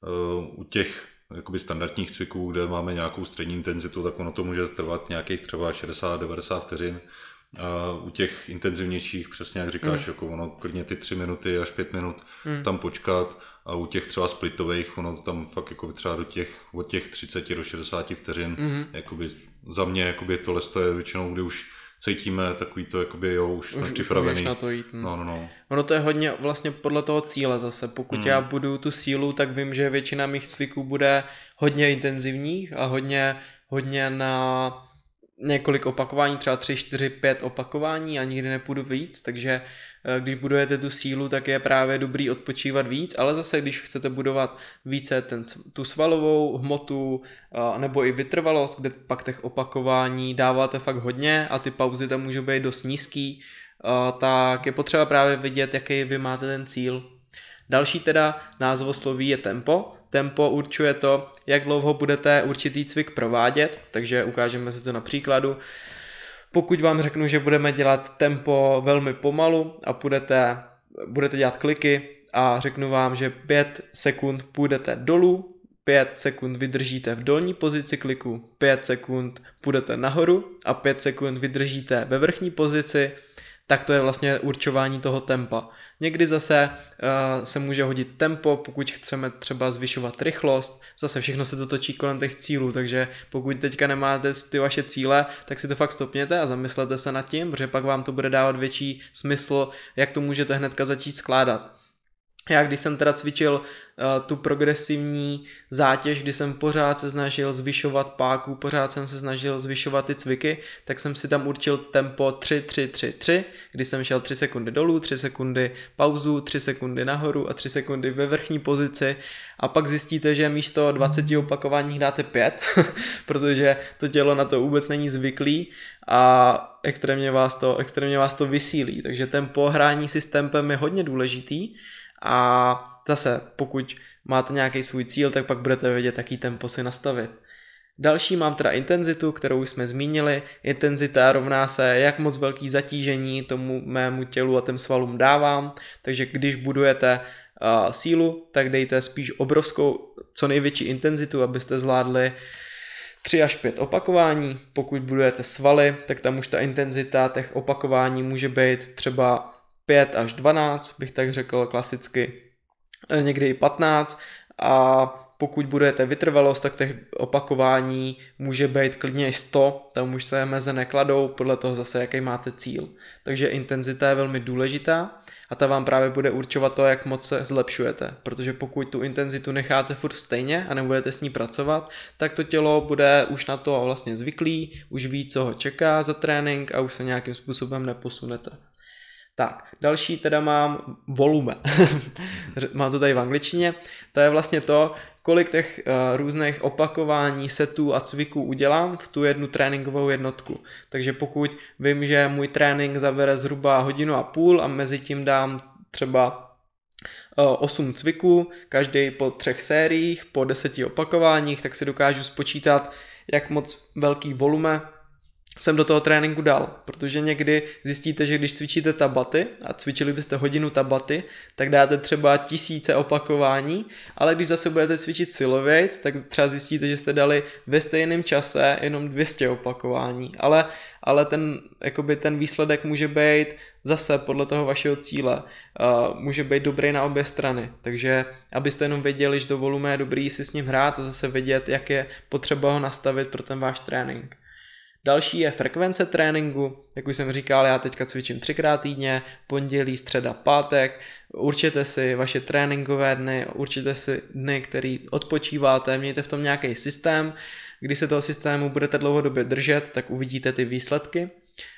u těch jakoby standardních cviků, kde máme nějakou střední intenzitu, tak ono to může trvat nějakých třeba 60-90 vteřin. A u těch intenzivnějších, přesně jak říkáš, jako ono klidně ty 3 minuty až 5 minut tam počkat a u těch třeba splitových, ono tam fakt jakoby třeba od těch 30 do 60 vteřin, jakoby za mě jakoby tohle je většinou, kdy už cítíme takový to, jakoby jo, už jsme připravený. Už na to jít. No. Ono to je hodně vlastně podle toho cíle zase. Pokud já budu tu sílu, tak vím, že většina mých cviků bude hodně intenzivních a hodně na několik opakování, třeba 3, 4, 5 opakování a nikdy nepůjdu víc, takže když budujete tu sílu, tak je právě dobrý odpočívat víc, ale zase když chcete budovat více tu svalovou hmotu nebo i vytrvalost, kde pak těch opakování dáváte fakt hodně a ty pauzy tam můžou být dost nízký, tak je potřeba právě vidět, jaký vy máte ten cíl. Další teda názvosloví je tempo. Tempo určuje to, jak dlouho budete určitý cvik provádět, takže ukážeme si to na příkladu. Pokud vám řeknu, že budeme dělat tempo velmi pomalu a budete dělat kliky a řeknu vám, že 5 sekund půjdete dolů, 5 sekund vydržíte v dolní pozici kliku, 5 sekund půjdete nahoru a 5 sekund vydržíte ve vrchní pozici, tak to je vlastně určování toho tempa. Někdy zase se může hodit tempo, pokud chceme třeba zvyšovat rychlost, zase všechno se to točí kolem těch cílů, takže pokud teďka nemáte ty vaše cíle, tak si to fakt stopněte a zamyslete se nad tím, protože pak vám to bude dávat větší smysl, jak to můžete hnedka začít skládat. Já když jsem teda cvičil tu progresivní zátěž, kdy jsem pořád se snažil zvyšovat páku, pořád jsem se snažil zvyšovat ty cviky, tak jsem si tam určil tempo 3, kdy jsem šel 3 sekundy dolů, 3 sekundy pauzu, 3 sekundy nahoru a 3 sekundy ve vrchní pozici a pak zjistíte, že místo 20 opakování dáte 5, protože to tělo na to vůbec není zvyklý a extrémně vás to vysílí, takže tempo, hrání si s tempem je hodně důležitý. A zase, pokud máte nějaký svůj cíl, tak pak budete vědět, jaký tempo si nastavit. Další mám teda intenzitu, kterou jsme zmínili. Intenzita rovná se, jak moc velký zatížení tomu mému tělu a těm svalům dávám. Takže když budujete sílu, tak dejte spíš obrovskou, co největší intenzitu, abyste zvládli 3 až 5 opakování. Pokud budujete svaly, tak tam už ta intenzita těch opakování může být třeba 5 až 12, bych tak řekl klasicky, někdy i 15 a pokud budujete vytrvalost, tak těch opakování může být klidně i 100, tam už se meze nekladou, podle toho zase jaký máte cíl. Takže intenzita je velmi důležitá a ta vám právě bude určovat to, jak moc se zlepšujete, protože pokud tu intenzitu necháte furt stejně a nebudete s ní pracovat, tak to tělo bude už na to vlastně zvyklý, už ví, co ho čeká za trénink a už se nějakým způsobem neposunete. Tak, další teda mám volume. Mám to tady v angličtině. To je vlastně to, kolik těch různých opakování, setů a cviků udělám v tu jednu tréninkovou jednotku. Takže pokud vím, že můj trénink zabere zhruba 1,5 hodiny a mezi tím dám třeba 8 cviků, každý po 3 sériích, po 10 opakováních, tak si dokážu spočítat, jak moc velký volume jsem do toho tréninku dal, protože někdy zjistíte, že když cvičíte tabaty a cvičili byste hodinu tabaty, tak dáte třeba 1000 opakování, ale když zase budete cvičit silovějc, tak třeba zjistíte, že jste dali ve stejném čase jenom 200 opakování, ale ten výsledek může být zase podle toho vašeho cíle, může být dobrý na obě strany, takže abyste jenom věděli, že do volume je dobrý si s ním hrát a zase vědět, jak je potřeba ho nastavit pro ten váš trénink. Další je frekvence tréninku, jak už jsem říkal, já teďka cvičím 3x týdně, pondělí, středa, pátek, určite si vaše tréninkové dny, určite si dny, který odpočíváte, mějte v tom nějaký systém, když se toho systému budete dlouhodobě držet, tak uvidíte ty výsledky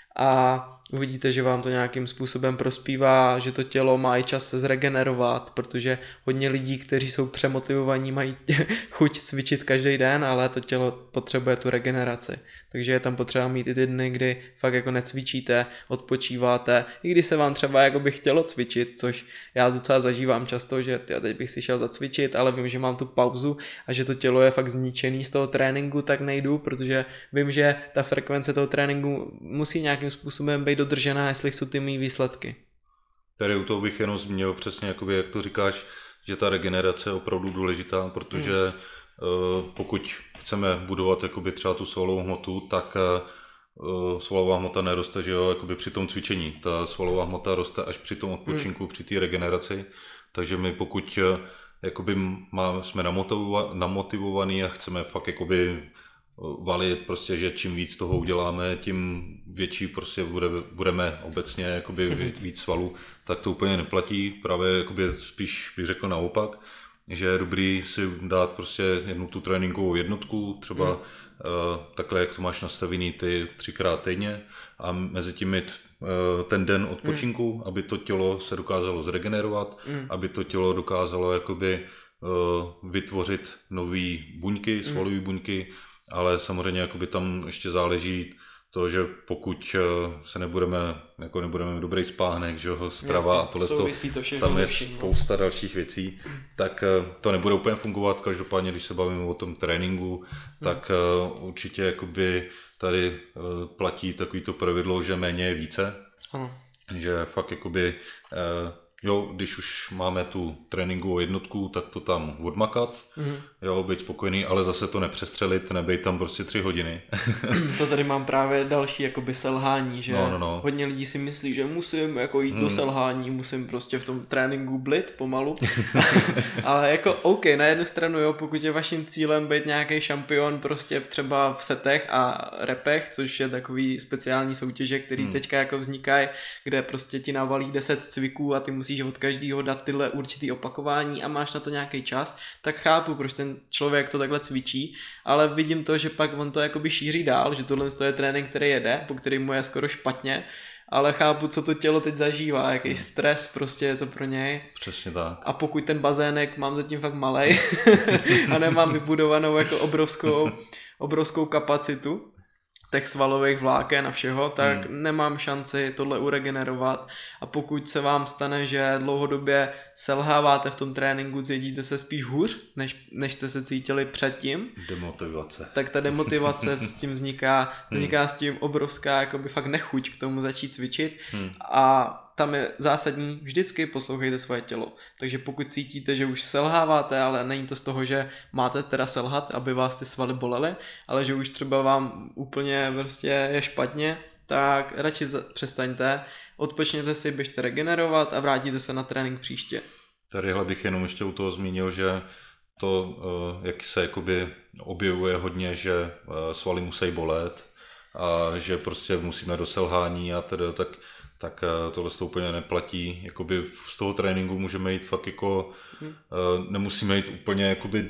a uvidíte, že vám to nějakým způsobem prospívá, že to tělo má i čas se zregenerovat, protože hodně lidí, kteří jsou přemotivovaní, mají chuť cvičit každý den, ale to tělo potřebuje tu regeneraci. Takže je tam potřeba mít i ty dny, kdy fakt jako necvičíte, odpočíváte, i když se vám třeba jako by chtělo cvičit, což já docela zažívám často, že teď bych si šel zacvičit, ale vím, že mám tu pauzu a že to tělo je fakt zničený z toho tréninku, tak nejdu, protože vím, že ta frekvence toho tréninku musí nějakým způsobem být dodržená, jestli jsou ty mý výsledky. Tady u toho bych jenom zmínil přesně, jakoby, jak to říkáš, že ta regenerace je opravdu důležitá, protože pokud chceme budovat jakoby třeba tu svalovou hmotu, tak svalová hmota neroste, že jo, jakoby při tom cvičení. Ta svalová hmota roste až při tom odpočinku, při té regeneraci. Takže my pokud jakoby jsme namotivovaní a chceme fakt jakoby valit, prostě, že čím víc toho uděláme, tím větší prostě budeme obecně jakoby víc svalů, tak to úplně neplatí. Právě jakoby spíš bych řekl naopak, že je dobrý si dát prostě jednu tu tréninkovou jednotku, třeba takhle, jak to máš nastavený ty 3x týdně a mezi tím mít ten den odpočinku, aby to tělo se dokázalo zregenerovat, aby to tělo dokázalo jakoby vytvořit nový buňky, svalové buňky, ale samozřejmě jakoby tam ještě záleží to, že pokud se nebudeme mít dobrý spánek, že ho, strava a tohle, tam je spousta dalších věcí, tak to nebude úplně fungovat. Každopádně, když se bavíme o tom tréninku, tak určitě jakoby tady platí takovýto pravidlo, že méně je více, že fakt jakoby Jo, když už máme tu tréninkovou jednotku, tak to tam odmakat, jo, být spokojený, ale zase to nepřestřelit, nebejt tam prostě 3 hodiny. To tady mám právě další jakoby selhání, že No. hodně lidí si myslí, že musím jako jít do selhání, musím prostě v tom tréninku blit pomalu, ale jako OK, na jednu stranu jo, pokud je vaším cílem být nějaký šampion prostě třeba v setech a repech, což je takový speciální soutěže, který teďka jako vznikají, kde prostě ti navalí 10 cviků a ty musíš od každého dát tyhle určitý opakování a máš na to nějaký čas, tak chápu, proč ten člověk to takhle cvičí, ale vidím to, že pak on to jakoby šíří dál, že tohle je trénink, který jede, po kterým mu je skoro špatně, ale chápu, co to tělo teď zažívá, jaký stres prostě je to pro něj. Přesně tak. A pokud ten bazének mám zatím fakt malej a nemám vybudovanou jako obrovskou kapacitu těch svalových vláken a všeho, tak nemám šanci tohle uregenerovat a pokud se vám stane, že dlouhodobě selháváte v tom tréninku, cítíte se spíš hůř, než jste se cítili předtím. Demotivace. Tak ta demotivace s tím vzniká s tím obrovská jakoby fakt nechuť k tomu začít cvičit a tam je zásadní, vždycky poslouchejte svoje tělo. Takže pokud cítíte, že už selháváte, ale není to z toho, že máte teda selhat, aby vás ty svaly bolely, ale že už třeba vám úplně prostě je špatně, tak radši přestaňte, odpočněte si, běžte regenerovat a vrátíte se na trénink příště. Tadyhle bych jenom ještě u toho zmínil, že to, jak se jakoby objevuje hodně, že svaly musí bolet a že prostě musíme do selhání a teda tak tohle to úplně neplatí. Jakoby z toho tréninku můžeme jít fakt jako, nemusíme jít úplně jakoby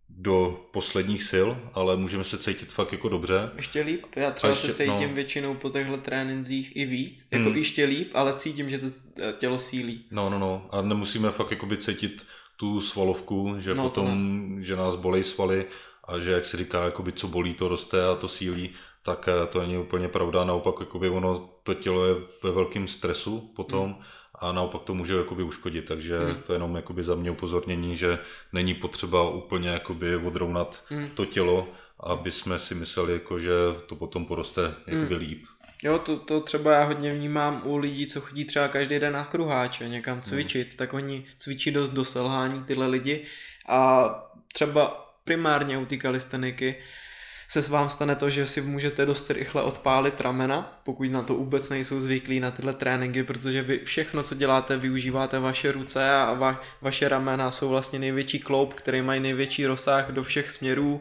do posledních sil, ale můžeme se cítit fakt jako dobře. Ještě líp? Já třeba se cítím většinou po těchto trénincích i víc, jako ještě líp, ale cítím, že to tělo sílí. No. A nemusíme fakt jakoby cítit tu svalovku, že potom, že nás bolí svaly a že jak se říká, jakoby co bolí, to roste a to sílí, tak to není úplně pravda, naopak jakoby ono, to tělo je ve velkém stresu potom a naopak to může jakoby uškodit, takže to je jenom jakoby za mě upozornění, že není potřeba úplně jakoby odrovnat to tělo, aby jsme si mysleli, jako, že to potom poroste jakoby líp. Jo, to třeba já hodně vnímám u lidí, co chodí třeba každý den na kruháče někam cvičit, tak oni cvičí dost do selhání tyhle lidi a třeba primárně u té kalisteniky se vám stane to, že si můžete dost rychle odpálit ramena, pokud na to vůbec nejsou zvyklí na tyhle tréninky, protože vy všechno, co děláte, využíváte vaše ruce a vaše ramena jsou vlastně největší kloub, který mají největší rozsah do všech směrů.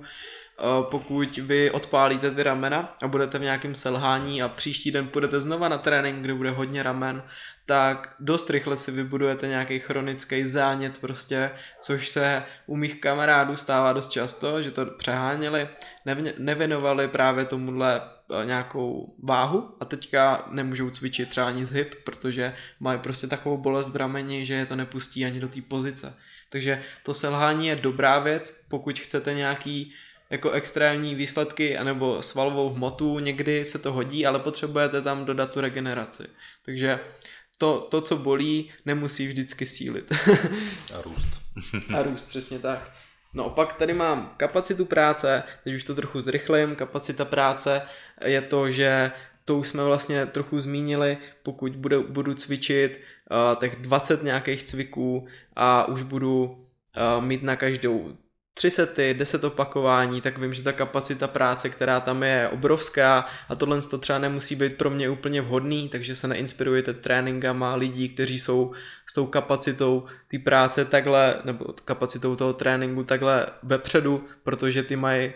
Pokud vy odpálíte ty ramena a budete v nějakém selhání a příští den půjdete znova na trénink, kde bude hodně ramen, tak dost rychle si vybudujete nějaký chronický zánět prostě, což se u mých kamarádů stává dost často, že to přeháněli, nevěnovali právě tomuhle nějakou váhu a teďka nemůžou cvičit třeba ani zhyb, protože mají prostě takovou bolest v rameni, že je to nepustí ani do té pozice. Takže to selhání je dobrá věc, pokud chcete nějaký jako extrémní výsledky anebo svalovou hmotu, někdy se to hodí, ale potřebujete tam dodat tu regeneraci. Takže to co bolí, nemusí vždycky sílit. A růst. A růst, přesně tak. No pak tady mám kapacitu práce, teď už to trochu zrychlím. Kapacita práce je to, že to už jsme vlastně trochu zmínili, pokud budu cvičit těch 20 nějakých cviků a už budu mít na každou 3 sety, 10 opakování, tak vím, že ta kapacita práce, která tam je obrovská a tohle to třeba nemusí být pro mě úplně vhodný, takže se neinspirujete tréninkama lidí, kteří jsou s tou kapacitou té práce takhle, nebo kapacitou toho tréninku takhle vepředu, protože ty mají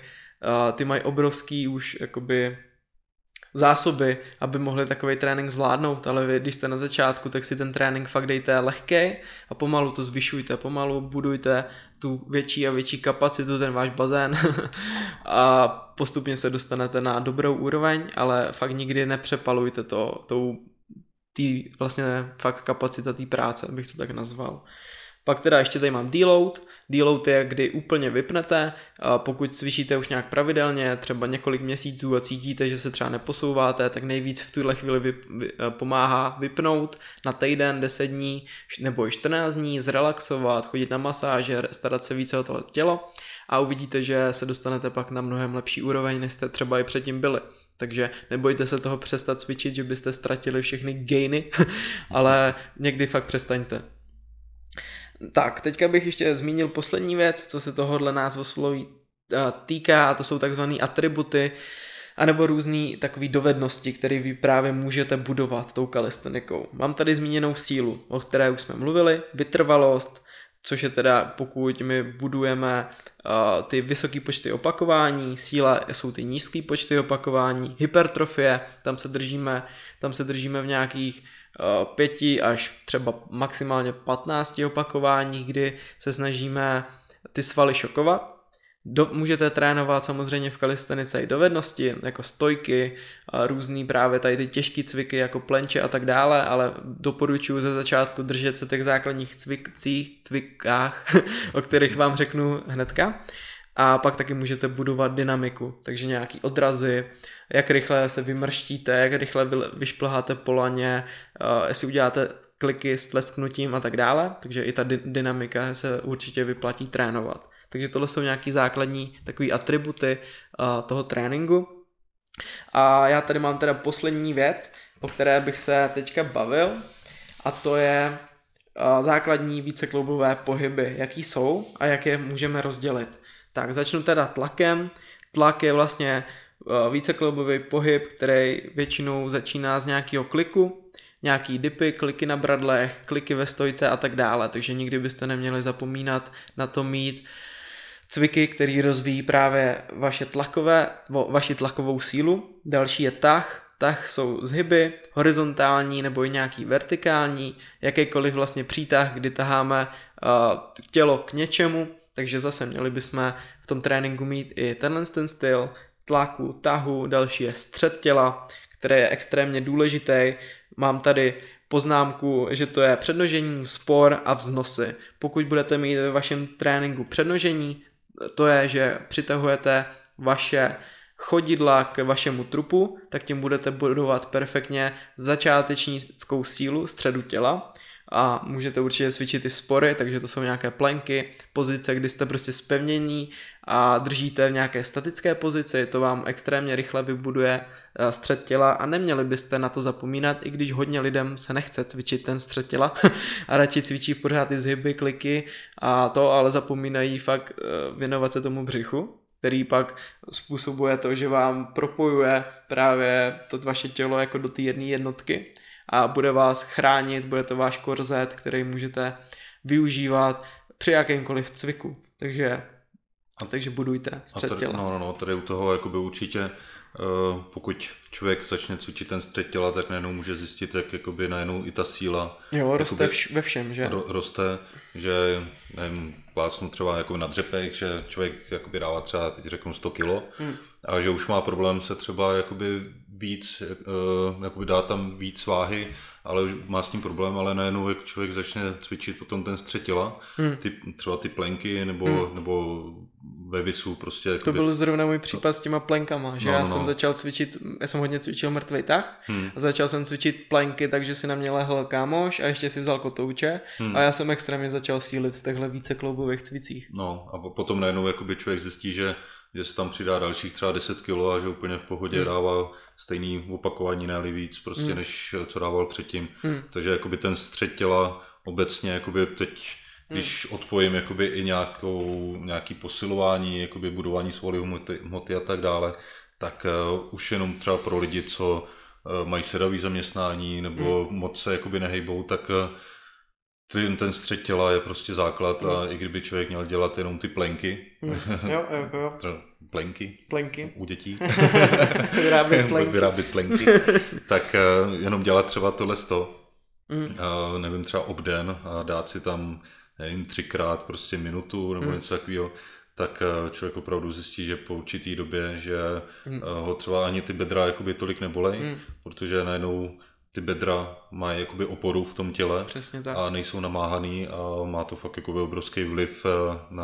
obrovský už jakoby zásoby, aby mohli takový trénink zvládnout, ale vy, když jste na začátku, tak si ten trénink fakt dejte lehkej a pomalu to zvyšujte, pomalu budujte tu větší a větší kapacitu, ten váš bazén a postupně se dostanete na dobrou úroveň, ale fakt nikdy nepřepalujte vlastně fakt kapacita té práce, bych to tak nazval. Pak teda ještě tady mám deload. Deload je, kdy úplně vypnete, pokud cvičíte už nějak pravidelně, třeba několik měsíců a cítíte, že se třeba neposouváte, tak nejvíc v tuhle chvíli pomáhá vypnout na týden, 10 dní nebo i 14 dní, zrelaxovat, chodit na masáže, starat se více o to tělo a uvidíte, že se dostanete pak na mnohem lepší úroveň, než jste třeba i předtím byli. Takže nebojte se toho přestat cvičit, že byste ztratili všechny gainy, ale někdy fakt přestaňte. Tak, teďka bych ještě zmínil poslední věc, co se tohohle názvosloví týká, a to jsou takzvané atributy, anebo různý takový dovednosti, které vy právě můžete budovat tou kalistenikou. Mám tady zmíněnou sílu, o které už jsme mluvili, vytrvalost, což je teda, pokud my budujeme ty vysoké počty opakování, síla jsou ty nízké počty opakování, hypertrofie, tam se držíme v nějakých 5 až třeba maximálně 15 opakování, kdy se snažíme ty svaly šokovat. Můžete trénovat samozřejmě v kalistenice i dovednosti, jako stojky, různý právě tady ty těžké cviky, jako plenče a tak dále, ale doporučuji ze začátku držet se těch základních cvikách, o kterých vám řeknu hnedka. A pak taky můžete budovat dynamiku, takže nějaký odrazy, jak rychle se vymrštíte, jak rychle vyšplháte po laně, jestli uděláte kliky s tlesknutím a tak dále, takže i ta dynamika se určitě vyplatí trénovat. Takže tohle jsou nějaký základní takový atributy toho tréninku. A já tady mám teda poslední věc, o které bych se teďka bavil, a to je základní vícekloubové pohyby, jaký jsou a jak je můžeme rozdělit. Tak začnu teda tlakem. Tlak je vlastně vícekloubový pohyb, který většinou začíná z nějakého kliku, nějaký dipy, kliky na bradlech, kliky ve stojce a tak dále, takže nikdy byste neměli zapomínat na to mít cviky, který rozvíjí právě vaši tlakovou sílu. Další je tah. Tah jsou zhyby, horizontální nebo i nějaký vertikální, jakýkoliv vlastně přítah, kdy taháme tělo k něčemu, takže zase měli bychom v tom tréninku mít i ten styl tlaku, tahu. Další je střed těla, který je extrémně důležitý. Mám tady poznámku, že to je přednožení, spor a vznosy. Pokud budete mít ve vašem tréninku přednožení, to je, že přitahujete vaše chodidla k vašemu trupu, tak tím budete budovat perfektně začátečnickou sílu středu těla a můžete určitě cvičit i spory, takže to jsou nějaké plenky, pozice, kdy jste prostě zpevnění a držíte v nějaké statické pozici, to vám extrémně rychle vybuduje střed těla a neměli byste na to zapomínat, i když hodně lidem se nechce cvičit ten střed těla a radši cvičí pořád ty zhyby, kliky a to, ale zapomínají fakt věnovat se tomu břichu, který pak způsobuje to, že vám propojuje právě to vaše tělo jako do té jedné jednotky a bude vás chránit, bude to váš korzet, který můžete využívat při jakémkoliv cviku. Takže budujte střed těla. No, tady u toho jakoby určitě, pokud člověk začne cvičit ten střed těla, tak najednou může zjistit, jak jakoby najednou i ta síla roste ve všem, že? Roste, že nevím, plácnu třeba jako na dřepech, že člověk jakoby dává třeba, teď řeknu 100 kilo, a že už má problém se třeba jakoby víc, jakoby dá tam víc váhy, ale už má s tím problém, ale najednou jak člověk začne cvičit potom ten střed těla, třeba ty plenky nebo ve visu prostě. To byl zrovna můj případ s těma plenkama, že já jsem začal cvičit, já jsem hodně cvičil mrtvej tah a začal jsem cvičit plenky, takže si na mě lehl kámoš a ještě si vzal kotouče a já jsem extrémně začal sílit v těchto vícekloubových cvicích. No a potom najednou jakoby člověk zjistí, že se tam přidá dalších třeba 10 kg a že úplně v pohodě dává stejný opakování, ne-li víc, prostě než co dával předtím. Takže jakoby ten střed těla obecně jakoby teď, když odpojím jakoby i nějaký posilování, jakoby budování svalů hmoty a tak dále, tak už jenom třeba pro lidi, co mají sedavý zaměstnání nebo moc se jakoby nehejbou, tak ten střed těla je prostě základ a i kdyby člověk měl dělat jenom ty plenky, jo. Plenky u dětí, vyrábět plenky, tak jenom dělat třeba tohle nevím, třeba obden a dát si tam, nevím, 3x prostě minutu nebo něco takového, tak člověk opravdu zjistí, že po určitý době, že ho třeba ani ty bedra jakoby tolik nebolej, protože najednou ty bedra mají jakoby oporu v tom těle a nejsou namáhaný a má to fakt jakoby obrovský vliv na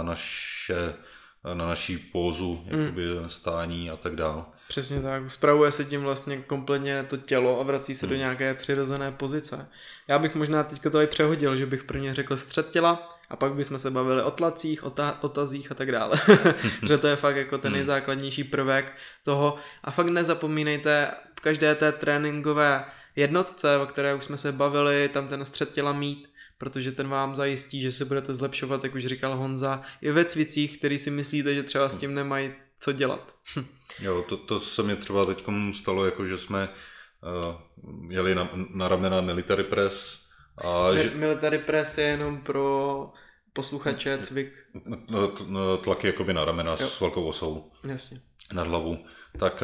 naší pózu, jakoby stání a tak dále. Přesně tak, spravuje se tím vlastně kompletně to tělo a vrací se do nějaké přirozené pozice. Já bych možná teďka to i přehodil, že bych prvně řekl střed těla a pak bychom se bavili o tlacích, o tazích a tak dále. Že to je fakt jako ten nejzákladnější prvek toho a fakt nezapomínejte v každé té tréninkové jednotce, o které už jsme se bavili, tam ten střed těla mít, protože ten vám zajistí, že se budete zlepšovat, jak už říkal Honza, i ve cvicích, který si myslíte, že třeba s tím nemají co dělat. Jo, to se mi třeba teď stalo, jako že jsme jeli na ramena military press. Military press je jenom pro posluchače cvik. Tlaky jakoby na ramena s velkou osou. Jasně. Nad hlavu. Tak,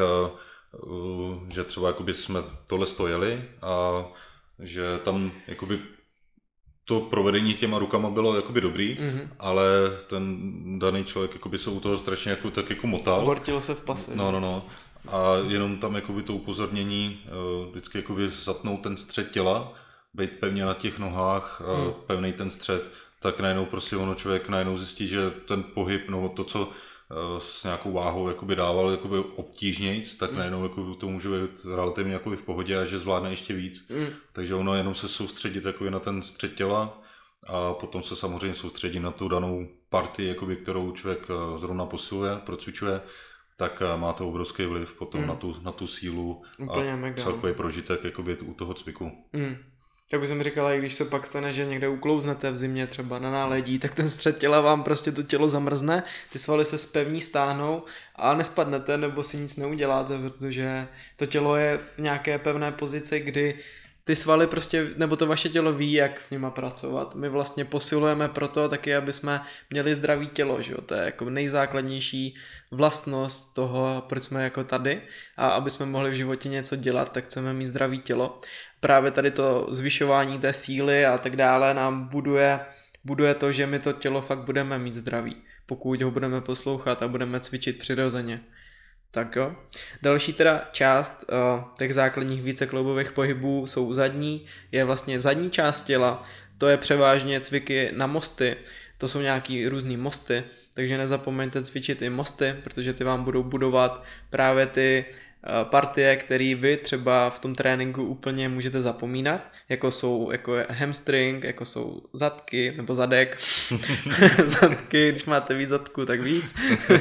že třeba jakoby jsme tohle stojeli a že tam jakoby to provedení těma rukama bylo jakoby dobrý, ale ten daný člověk jakoby se u toho strašně jako, tak jako motal. Vortil se v pase. No. A jenom tam jakoby to upozornění, vždycky jakoby zatnout ten střed těla, být pevně na těch nohách, pevnej ten střed, tak najednou prostě člověk najednou zjistí, že ten pohyb, no to, co s nějakou váhou jakoby dával jakoby obtížnějc, tak najednou jakoby to může být relativně jakoby v pohodě a že zvládne ještě víc. Takže ono jenom se soustředit jakoby na ten střed těla a potom se samozřejmě soustředí na tu danou partii, jakoby, kterou člověk zrovna posiluje, procvičuje, tak má to obrovský vliv potom na tu sílu úplně a mega. celkový prožitek jakoby u toho cviku. Tak už jsem říkala, i když se pak stane, že někde uklouznete v zimě třeba na náledí, tak ten střed těla vám prostě to tělo zamrzne, ty svaly se zpevní, stáhnou a nespadnete nebo si nic neuděláte, protože to tělo je v nějaké pevné pozici, kdy ty svaly prostě, nebo to vaše tělo ví, jak s nima pracovat. My vlastně posilujeme proto taky, aby jsme měli zdravý tělo, že jo? To je jako nejzákladnější vlastnost toho, proč jsme jako tady a aby jsme mohli v životě něco dělat, tak chceme mít zdravý tělo. Právě tady to zvyšování té síly a tak dále nám buduje to, že my to tělo fakt budeme mít zdravý, pokud ho budeme poslouchat a budeme cvičit přirozeně. Tak jo. Další teda část těch základních vícekloubových pohybů jsou zadní, je vlastně zadní část těla, to je převážně cviky na mosty, to jsou nějaký různý mosty, takže nezapomeňte cvičit i mosty, protože ty vám budou budovat právě ty partie, které vy třeba v tom tréninku úplně můžete zapomínat, jako je hamstring, jako jsou zadky, nebo zadek, zadky, když máte víc zadku, tak víc,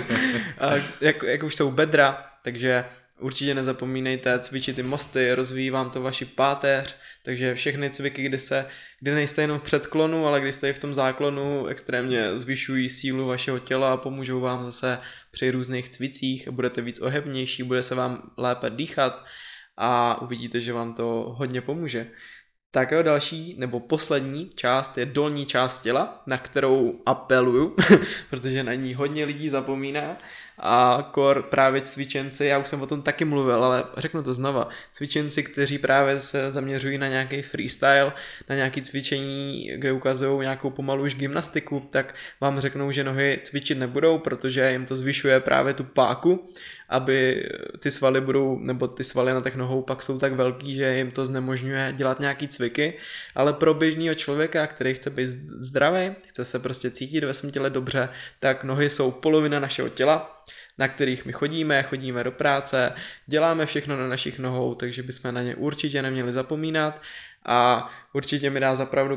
jako už jsou bedra, takže určitě nezapomínejte cvičit ty mosty, rozvíjí vám to vaši páteř, takže všechny cviky, kdy nejste jenom v předklonu, ale kdy jste i v tom záklonu, extrémně zvyšují sílu vašeho těla a pomůžou vám zase při různých cvicích, budete víc ohebnější, bude se vám lépe dýchat a uvidíte, že vám to hodně pomůže. Tak jo, další nebo poslední část je dolní část těla, na kterou apeluju, protože na ní hodně lidí zapomíná a právě cvičenci, já už jsem o tom taky mluvil, ale řeknu to znova, cvičenci, kteří právě se zaměřují na nějaký freestyle, na nějaké cvičení, kde ukazují nějakou pomalu už gymnastiku, tak vám řeknou, že nohy cvičit nebudou, protože jim to zvyšuje právě tu páku, aby ty svaly nebo ty svaly na těch nohou pak jsou tak velký, že jim to znemožňuje dělat nějaký cviky, ale pro běžného člověka, který chce být zdravý, chce se prostě cítit ve svém těle dobře, tak nohy jsou polovina našeho těla, na kterých my chodíme do práce, děláme všechno na našich nohou, takže bychom na ně určitě neměli zapomínat a určitě mi dá za pravdu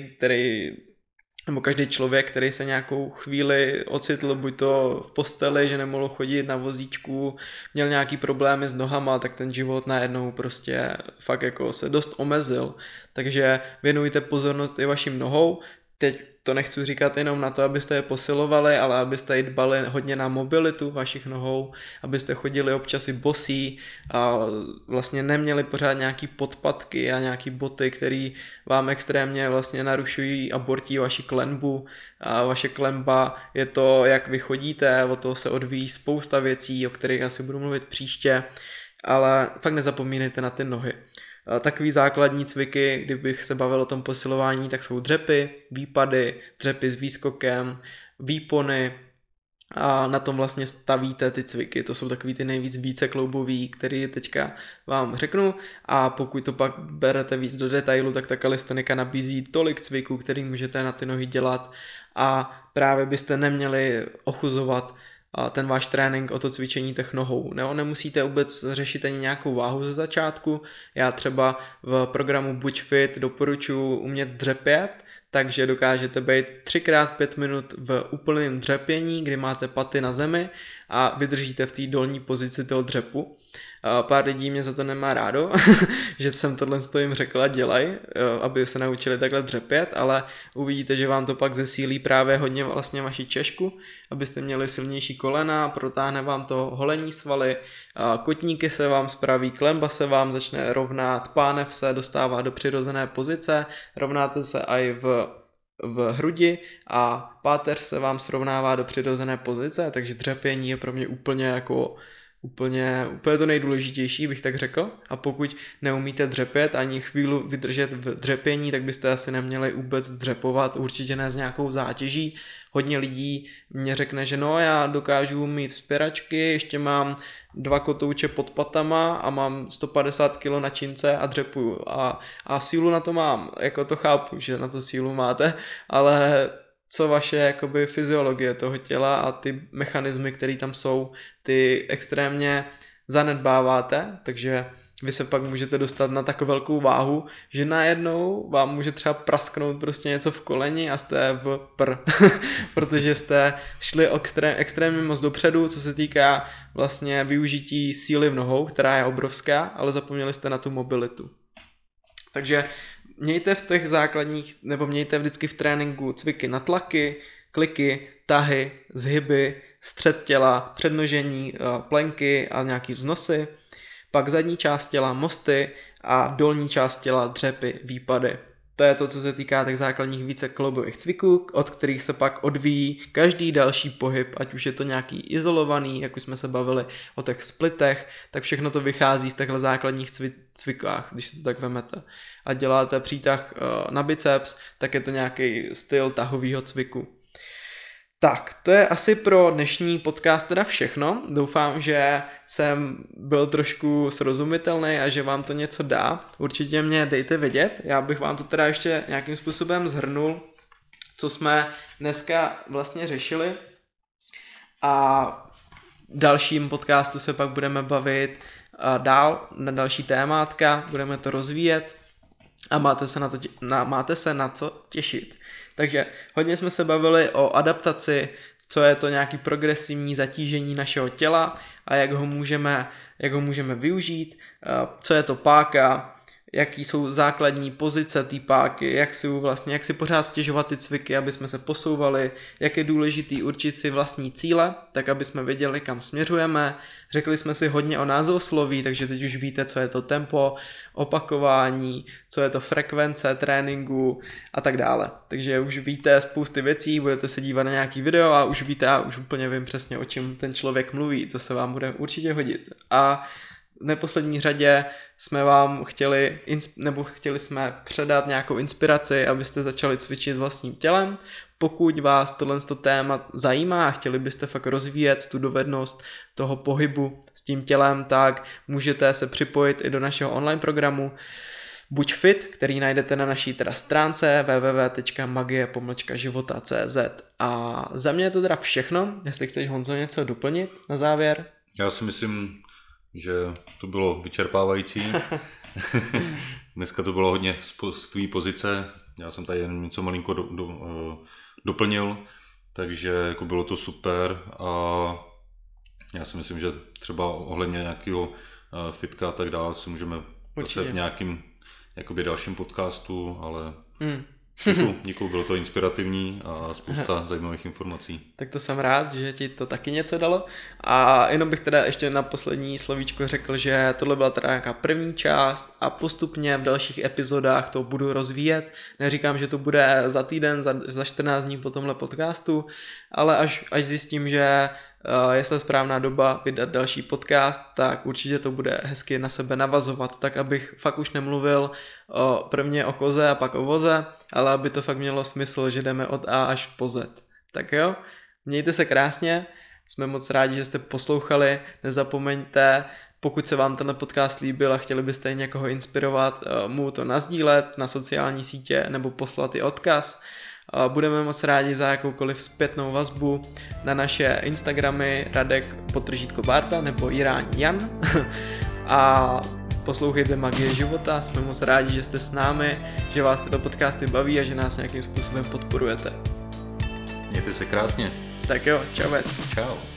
každý člověk, který se nějakou chvíli ocitl, buď to v posteli, že nemohl chodit na vozíčku, měl nějaký problémy s nohama, tak ten život najednou prostě fakt jako se dost omezil. Takže věnujte pozornost i vašim nohou. Teď to nechci říkat jenom na to, abyste je posilovali, ale abyste i dbali hodně na mobilitu vašich nohou, abyste chodili občas i bosí a vlastně neměli pořád nějaký podpatky a nějaký boty, které vám extrémně vlastně narušují a bortí vaši klenbu. A vaše klenba je to, jak vy chodíte, od toho se odvíjí spousta věcí, o kterých asi budu mluvit příště, ale fakt nezapomínejte na ty nohy. Takový základní cviky, kdybych se bavil o tom posilování, tak jsou dřepy, výpady, dřepy s výskokem, výpony a na tom vlastně stavíte ty cviky. To jsou takový ty nejvíc vícekloubový, který teďka vám řeknu a pokud to pak berete víc do detailu, tak ta kalistenika nabízí tolik cviků, který můžete na ty nohy dělat a právě byste neměli ochuzovat ten váš trénink o to cvičení těch nohou. Nemusíte vůbec řešit ani nějakou váhu ze začátku. Já třeba v programu Buď fit doporučuji umět dřepět, takže dokážete být 3x5 minut v úplném dřepění, kdy máte paty na zemi a vydržíte v té dolní pozici toho dřepu. Pár lidí mě za to nemá rádo, že jsem tohle jim řekl a dělaj, aby se naučili takhle dřepět, ale uvidíte, že vám to pak zesílí právě hodně vlastně vaši češku, abyste měli silnější kolena, protáhne vám to holení svaly, kotníky se vám spraví, klenba se vám začne rovnat, pánev se dostává do přirozené pozice, rovnáte se i v hrudi a páteř se vám srovnává do přirozené pozice, takže dřepění je pro mě úplně to nejdůležitější, bych tak řekl. A pokud neumíte dřepět ani chvíli vydržet v dřepění, tak byste asi neměli vůbec dřepovat, určitě ne s nějakou zátěží. Hodně lidí mě řekne, že no, já dokážu mít vzpěračky, ještě mám 2 kotouče pod patama a mám 150 kg na čince a dřepuju. A sílu na to mám, jako to chápu, že na to sílu máte, ale co vaše jakoby fyziologie toho těla a ty mechanismy, které tam jsou, ty extrémně zanedbáváte, takže vy se pak můžete dostat na tak velkou váhu, že najednou vám může třeba prasknout prostě něco v koleni a jste v protože jste šli extrémně moc dopředu, co se týká vlastně využití síly v nohou, která je obrovská, ale zapomněli jste na tu mobilitu. Takže mějte v těch základních, nebo mějte vždycky v tréninku cviky na tlaky, kliky, tahy, zhyby, střed těla, přednožení, plenky a nějaký vznosy, pak zadní část těla, mosty a dolní část těla, dřepy, výpady. To je to, co se týká těch základních více kloubových cviků, od kterých se pak odvíjí každý další pohyb, ať už je to nějaký izolovaný, jak už jsme se bavili o těch splitech, tak všechno to vychází z těchto základních cvikách, když si to tak vemete. A děláte přítah na biceps, tak je to nějaký styl tahového cviku. Tak, to je asi pro dnešní podcast teda všechno. Doufám, že jsem byl trošku srozumitelný a že vám to něco dá. Určitě mě dejte vědět. Já bych vám to teda ještě nějakým způsobem shrnul, co jsme dneska vlastně řešili. A v dalším podcastu se pak budeme bavit dál na další témátka, budeme to rozvíjet a máte se na co těšit. Takže hodně jsme se bavili o adaptaci, co je to nějaký progresivní zatížení našeho těla a jak ho můžeme využít, co je to páka, jaký jsou základní pozice té páky, jak si pořád stěžovat ty cviky, aby jsme se posouvali, jak je důležitý určit si vlastní cíle, tak aby jsme věděli, kam směřujeme. Řekli jsme si hodně o názvosloví, takže teď už víte, co je to tempo, opakování, co je to frekvence tréninku a tak dále. Takže už víte spousty věcí, budete se dívat na nějaký video a už víte, a už úplně vím přesně, o čem ten člověk mluví, co se vám bude určitě hodit. A v neposlední řadě jsme vám chtěli jsme předat nějakou inspiraci, abyste začali cvičit vlastním tělem. Pokud vás tohle téma zajímá a chtěli byste fakt rozvíjet tu dovednost toho pohybu s tím tělem, tak můžete se připojit i do našeho online programu Buď fit, který najdete na naší teda stránce www.magie-života.cz. A za mě je to teda všechno, jestli chceš, Honzo, něco doplnit na závěr. Já si myslím, že to bylo vyčerpávající. Dneska to bylo hodně z tvý pozice. Já jsem tady jen něco malinko doplnil, takže jako bylo to super a já si myslím, že třeba ohledně nějakého fitka a tak dále si můžeme zase v nějakým jakoby dalším podcastu, ale Díky, bylo to inspirativní a spousta zajímavých informací. Tak to jsem rád, že ti to taky něco dalo. A jenom bych teda ještě na poslední slovíčko řekl, že tohle byla teda nějaká první část a postupně v dalších epizodách to budu rozvíjet. Neříkám, že to bude za týden, za 14 dní po tomhle podcastu, ale až zjistím, že je ta správná doba vydat další podcast, tak určitě to bude hezky na sebe navazovat, tak abych fakt už nemluvil prvně o koze a pak o voze, ale aby to fakt mělo smysl, že jdeme od A až po Z. Tak jo, mějte se krásně, jsme moc rádi, že jste poslouchali, nezapomeňte, pokud se vám tenhle podcast líbil a chtěli byste někoho inspirovat, mu to nasdílet na sociální sítě nebo poslat i odkaz. Budeme moc rádi za jakoukoliv zpětnou vazbu na naše Instagramy Radek_Barta nebo Irání Jan a poslouchejte Magie života, jsme moc rádi, že jste s námi, že vás tyto podcasty baví a že nás nějakým způsobem podporujete. Mějte se krásně. Tak jo, čavec. Čau.